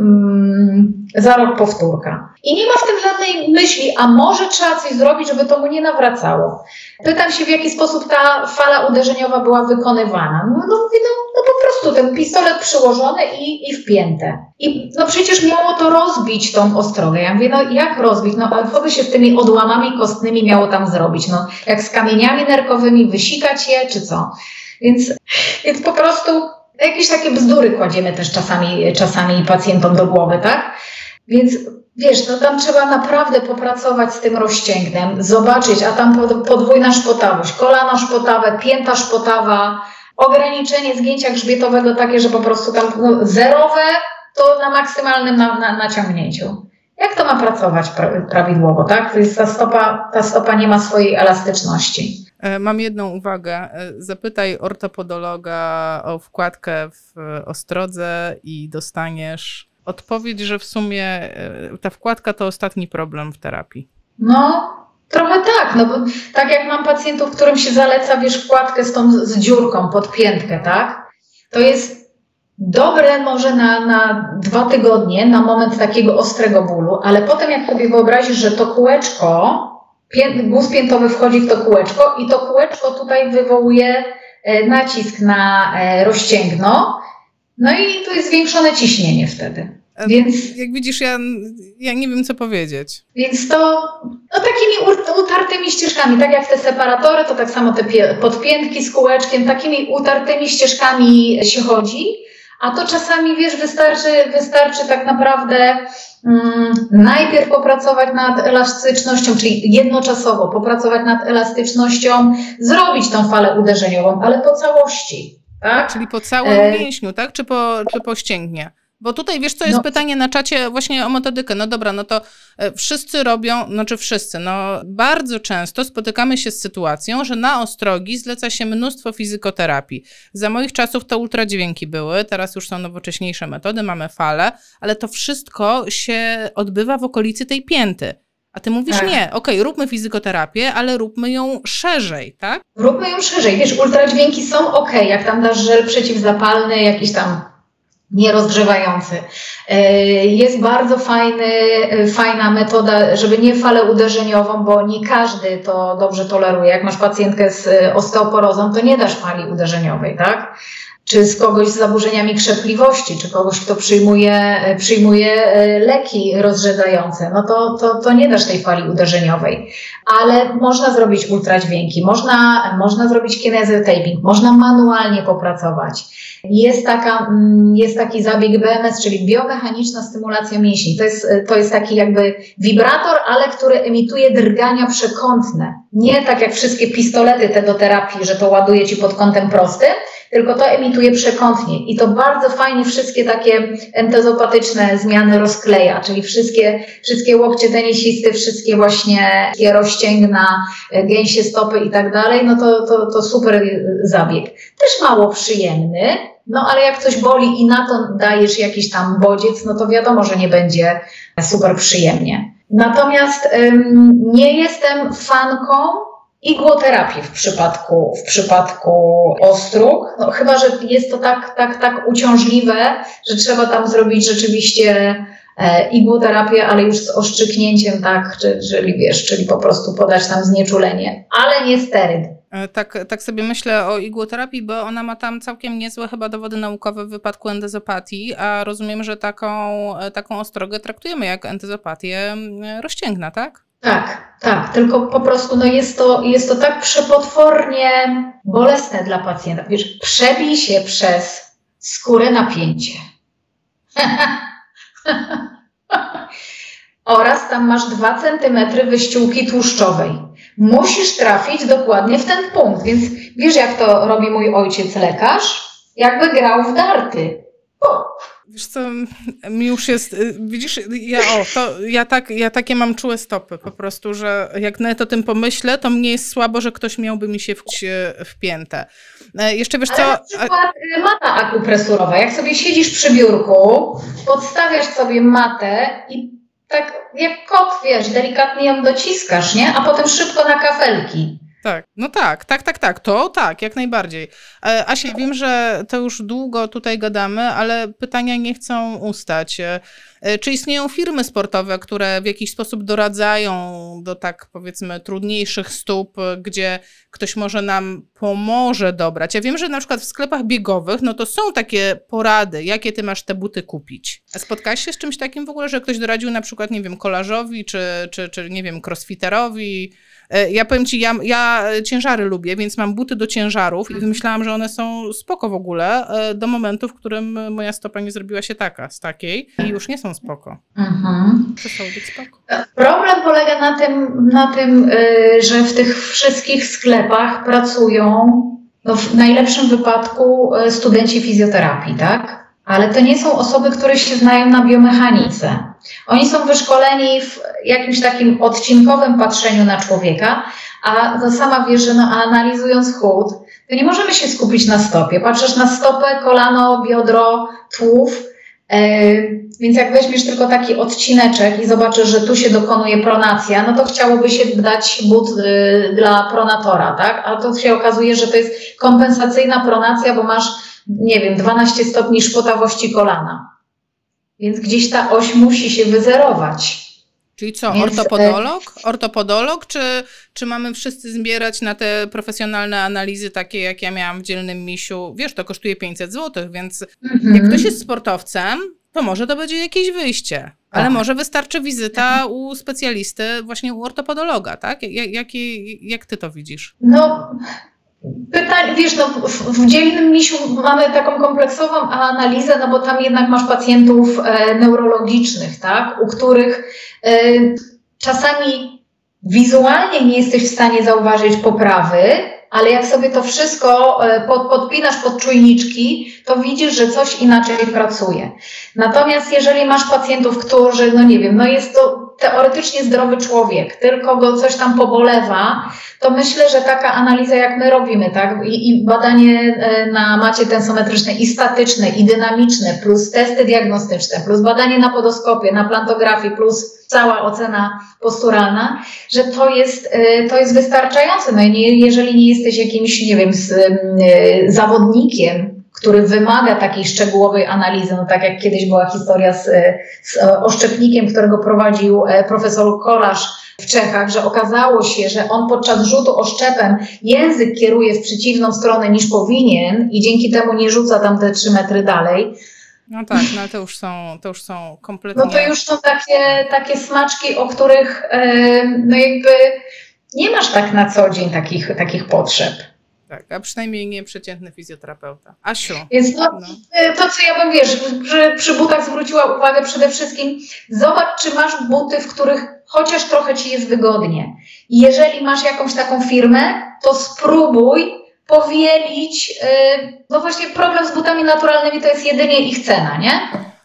mm, za rok powtórka. I nie ma w tym żadnej myśli, a może trzeba coś zrobić, żeby to mu nie nawracało. Pytam się, w jaki sposób ta fala uderzeniowa była wykonywana. No, no mówię, no, no po prostu ten pistolet przyłożony i, i wpięte. I no przecież miało to rozbić tą ostrogę. Ja mówię, no jak rozbić? No a co by się z tymi odłamami kostnymi miało tam zrobić? No jak z kamieniami nerkowymi, wysikać je, czy co? Więc, więc po prostu jakieś takie bzdury kładziemy też czasami, czasami pacjentom do głowy, tak? Więc wiesz, no tam trzeba naprawdę popracować z tym rozcięgnem, zobaczyć, a tam podwójna szpotawość, kolano szpotawe, pięta szpotawa, ograniczenie zgięcia grzbietowego takie, że po prostu tam no, zerowe, to na maksymalnym na, na, naciągnięciu. Jak to ma pracować pra- prawidłowo, tak? To jest ta stopa, ta stopa nie ma swojej elastyczności. Mam jedną uwagę. Zapytaj ortopodologa o wkładkę w ostrodze i dostaniesz odpowiedź, że w sumie ta wkładka to ostatni problem w terapii. No, trochę tak, no bo tak jak mam pacjentów, którym się zaleca, wiesz, wkładkę z tą z dziurką pod piętkę, tak? To jest dobre może na, na dwa tygodnie, na moment takiego ostrego bólu, ale potem jak sobie wyobrazisz, że to kółeczko, pię, guz piętowy wchodzi w to kółeczko i to kółeczko tutaj wywołuje e, nacisk na e, rozcięgno, no i tu jest zwiększone ciśnienie wtedy. Więc, jak widzisz, ja, ja nie wiem, co powiedzieć. Więc to no, takimi utartymi ścieżkami, tak jak te separatory, to tak samo te pie, podpiętki z kółeczkiem, takimi utartymi ścieżkami się chodzi, a to czasami, wiesz, wystarczy, wystarczy tak naprawdę mm, najpierw popracować nad elastycznością, czyli jednoczasowo popracować nad elastycznością, zrobić tą falę uderzeniową, ale po całości. Tak? Czyli po całym mięśniu, tak? Czy po, czy po ścięgnie? Bo tutaj, wiesz co, jest no. pytanie na czacie właśnie o metodykę. No dobra, no to wszyscy robią, znaczy wszyscy, no bardzo często spotykamy się z sytuacją, że na ostrogi zleca się mnóstwo fizykoterapii. Za moich czasów to ultradźwięki były, teraz już są nowocześniejsze metody, mamy fale, ale to wszystko się odbywa w okolicy tej pięty. A ty mówisz tak. nie, okej, okay, róbmy fizykoterapię, ale róbmy ją szerzej, tak? Róbmy ją szerzej. Wiesz, ultradźwięki są okej, okay, jak tam dasz żel przeciwzapalny, jakiś tam nierozgrzewający. Jest bardzo fajny, fajna metoda, żeby nie falę uderzeniową, bo nie każdy to dobrze toleruje. Jak masz pacjentkę z osteoporozą, to nie dasz fali uderzeniowej, tak? Czy z kogoś z zaburzeniami krzepliwości, czy kogoś, kto przyjmuje, przyjmuje leki rozrzedzające, no to, to, to nie dasz tej fali uderzeniowej. Ale można zrobić ultradźwięki, można, można zrobić kinesiotaping, można manualnie popracować. Jest, taka, jest taki zabieg B M S, czyli biomechaniczna stymulacja mięśni. To jest, to jest taki jakby wibrator, ale który emituje drgania przekątne. Nie tak jak wszystkie pistolety te do terapii, że to ładuje ci pod kątem prostym, tylko to emituje przekątnie i to bardzo fajnie wszystkie takie entezopatyczne zmiany rozkleja, czyli wszystkie, wszystkie łokcie tenisisty, wszystkie właśnie rozcięgna, gęsie stopy i tak dalej, no to, to, to super zabieg. Też mało przyjemny, no ale jak coś boli i na to dajesz jakiś tam bodziec, no to wiadomo, że nie będzie super przyjemnie. Natomiast ym, nie jestem fanką igłoterapii w przypadku, w przypadku ostróg, no chyba że jest to tak, tak, tak uciążliwe, że trzeba tam zrobić rzeczywiście e, igłoterapię, ale już z oszczyknięciem, tak, czy, czyli wiesz, czyli po prostu podać tam znieczulenie, ale nie steryd. Tak, tak sobie myślę o igłoterapii, bo ona ma tam całkiem niezłe chyba dowody naukowe w wypadku entezopatii, a rozumiem, że taką, taką ostrogę traktujemy jak entezopatię rozcięgna, tak? Tak, tak, tylko po prostu no jest to, jest to tak przepotwornie bolesne dla pacjenta. Wiesz, przebij się przez skórę napięcie. Oraz tam masz dwa centymetry wyściółki tłuszczowej. Musisz trafić dokładnie w ten punkt, więc wiesz jak to robi mój ojciec lekarz? Jakby grał w darty. O. Wiesz co, mi już jest, widzisz, ja o, to ja, tak, ja takie mam czułe stopy po prostu, że jak nawet o tym pomyślę, to mnie jest słabo, że ktoś miałby mi się wciąć w piętę. Jeszcze wiesz co... Ale na przykład mata akupresurowa, jak sobie siedzisz przy biurku, podstawiasz sobie matę i tak jak kot, wiesz, delikatnie ją dociskasz, nie? A potem szybko na kafelki. Tak, no tak, tak, tak, tak, to tak, jak najbardziej. Asia, wiem, że to już długo tutaj gadamy, ale pytania nie chcą ustać. Czy istnieją firmy sportowe, które w jakiś sposób doradzają do tak powiedzmy trudniejszych stóp, gdzie ktoś może nam pomoże dobrać? Ja wiem, że na przykład w sklepach biegowych, no to są takie porady, jakie ty masz te buty kupić. A spotkałaś się z czymś takim w ogóle, że ktoś doradził na przykład, nie wiem, kolarzowi, czy, czy, czy nie wiem, crossfiterowi? Ja powiem ci, ja, ja ciężary lubię, więc mam buty do ciężarów i wymyślałam, że one są spoko w ogóle do momentu, w którym moja stopa nie zrobiła się taka, z takiej i już nie są spoko. Mhm. Przestało być spoko. Problem polega na tym, na tym, że w tych wszystkich sklepach pracują no w najlepszym wypadku studenci fizjoterapii, tak? Ale to nie są osoby, które się znają na biomechanice. Oni są wyszkoleni w jakimś takim odcinkowym patrzeniu na człowieka, a no sama wiesz, że no, analizując chód, to nie możemy się skupić na stopie. Patrzysz na stopę, kolano, biodro, tułów, yy, więc jak weźmiesz tylko taki odcineczek i zobaczysz, że tu się dokonuje pronacja, no to chciałoby się dać but yy, dla pronatora, tak? A to się okazuje, że to jest kompensacyjna pronacja, bo masz, nie wiem, dwanaście stopni szpotawości kolana. Więc gdzieś ta oś musi się wyzerować. Czyli co, Więc, ortopodolog? Ortopodolog, czy, czy mamy wszyscy zbierać na te profesjonalne analizy takie, jak ja miałam w Dzielnym Misiu? Wiesz, to kosztuje pięćset złotych, więc mm-hmm. jak ktoś jest sportowcem, to może to będzie jakieś wyjście. Ale tak. może wystarczy wizyta u specjalisty, właśnie u ortopodologa, tak? Jak, jak, jak ty to widzisz? No... Pytań, wiesz, no w, w Dzielnym Misiu mamy taką kompleksową analizę, no bo tam jednak masz pacjentów e, neurologicznych, tak, u których e, czasami wizualnie nie jesteś w stanie zauważyć poprawy, ale jak sobie to wszystko pod, podpinasz pod czujniczki, to widzisz, że coś inaczej pracuje. Natomiast jeżeli masz pacjentów, którzy, no nie wiem, no jest to teoretycznie zdrowy człowiek, tylko go coś tam pobolewa, to myślę, że taka analiza jak my robimy, tak, i, i badanie na macie tensometrycznej i statyczne, i dynamiczne, plus testy diagnostyczne, plus badanie na podoskopie, na plantografii, plus cała ocena posturalna, że to jest, to jest wystarczające. No i nie, jeżeli nie jesteś jakimś, nie wiem, z, y, zawodnikiem, który wymaga takiej szczegółowej analizy, no tak jak kiedyś była historia z, z oszczepnikiem, którego prowadził profesor Kolarz w Czechach, że okazało się, że on podczas rzutu oszczepem język kieruje w przeciwną stronę niż powinien i dzięki temu nie rzuca tam te trzy metry dalej. No tak, no to już są, to już są kompletnie... No to już są takie, takie smaczki, o których no jakby nie masz tak na co dzień takich, takich potrzeb. Tak, a przynajmniej nie przeciętny fizjoterapeuta. Asiu. Więc no, no. to, co ja bym, wiesz, przy, przy butach zwróciła uwagę przede wszystkim, zobacz, czy masz buty, w których chociaż trochę ci jest wygodnie. I jeżeli masz jakąś taką firmę, to spróbuj powielić, yy, no właśnie problem z butami naturalnymi to jest jedynie ich cena, nie?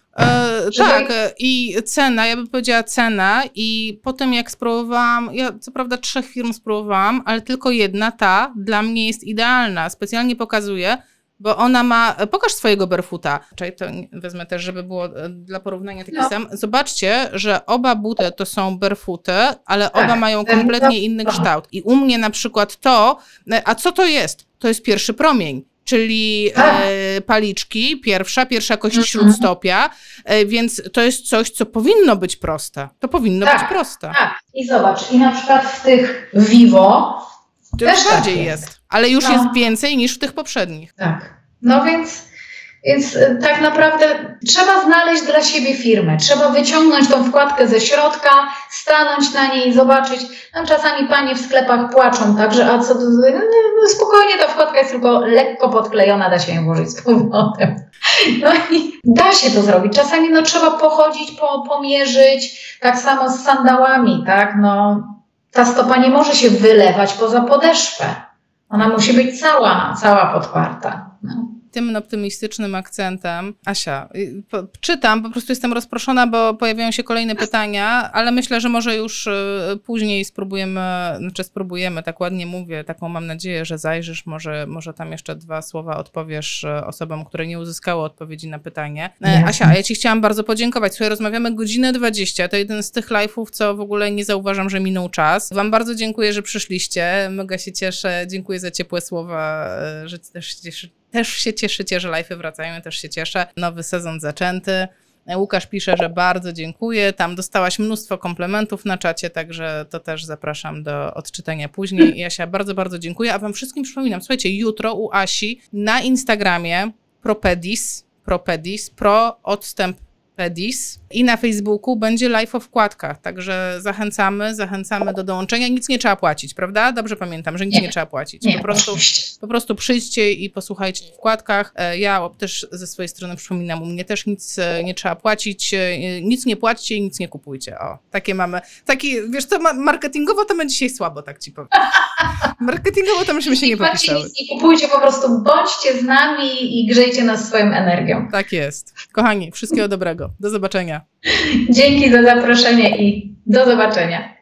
E, tak, i cena, ja bym powiedziała cena i potem jak spróbowałam, ja co prawda trzech firm spróbowałam, ale tylko jedna, ta dla mnie jest idealna, specjalnie pokazuję, bo ona ma, pokaż swojego barefoota, czyli to wezmę też, żeby było dla porównania taki no. sam. Zobaczcie, że oba buty to są barefooty, ale tak, oba mają kompletnie inny kształt i u mnie na przykład to, a co to jest? To jest pierwszy promień. Czyli e, paliczki, pierwsza, pierwsza kość śródstopia, e, więc to jest coś, co powinno być proste. To powinno tak, być proste. Tak, i zobacz, i na przykład w tych Vivo to też już bardziej tak jest. jest, ale już no. jest więcej niż w tych poprzednich. Tak, no więc... Więc tak naprawdę trzeba znaleźć dla siebie firmę, trzeba wyciągnąć tą wkładkę ze środka, stanąć na niej i zobaczyć. No, czasami panie w sklepach płaczą, także a co to, no, spokojnie, ta wkładka jest tylko lekko podklejona, da się ją włożyć z powrotem. No i da się to zrobić. Czasami no, trzeba pochodzić, po, pomierzyć, tak samo z sandałami, tak, no ta stopa nie może się wylewać poza podeszwę. Ona musi być cała, cała podparta. No. Tym optymistycznym akcentem. Asia, po, czytam, po prostu jestem rozproszona, bo pojawiają się kolejne pytania, ale myślę, że może już y, później spróbujemy, znaczy spróbujemy, tak ładnie mówię, taką mam nadzieję, że zajrzysz, może, może tam jeszcze dwa słowa odpowiesz osobom, które nie uzyskały odpowiedzi na pytanie. E, Asia, a ja ci chciałam bardzo podziękować. Słuchaj, rozmawiamy godzinę dwadzieścia, to jeden z tych live'ów, co w ogóle nie zauważam, że minął czas. Wam bardzo dziękuję, że przyszliście, mega się cieszę, dziękuję za ciepłe słowa, że też się cieszę. Też się cieszycie, że live'y wracają, też się cieszę. Nowy sezon zaczęty. Łukasz pisze, że bardzo dziękuję. Tam dostałaś mnóstwo komplementów na czacie, także to też zapraszam do odczytania później. Jasia, bardzo, bardzo dziękuję. A wam wszystkim przypominam, słuchajcie, jutro u Asi na Instagramie propedis, propedis, pro odstęp pedis i na Facebooku będzie live o wkładkach, także zachęcamy, zachęcamy do dołączenia. Nic nie trzeba płacić, prawda? Dobrze pamiętam, że nic nie, nie trzeba płacić. Nie, po, prostu, po prostu przyjdźcie i posłuchajcie o wkładkach. Ja też ze swojej strony przypominam, u mnie też nic nie trzeba płacić. Nic nie płaćcie i nic nie kupujcie. O, takie mamy. Taki, wiesz co, marketingowo to my dzisiaj słabo, tak ci powiem. Marketingowo to myśmy się nie popisały. Nic nie kupujcie, po prostu bądźcie z nami i grzejcie nas swoją energią. Tak jest. Kochani, wszystkiego dobrego. Do zobaczenia. Dzięki za zaproszenie i do zobaczenia.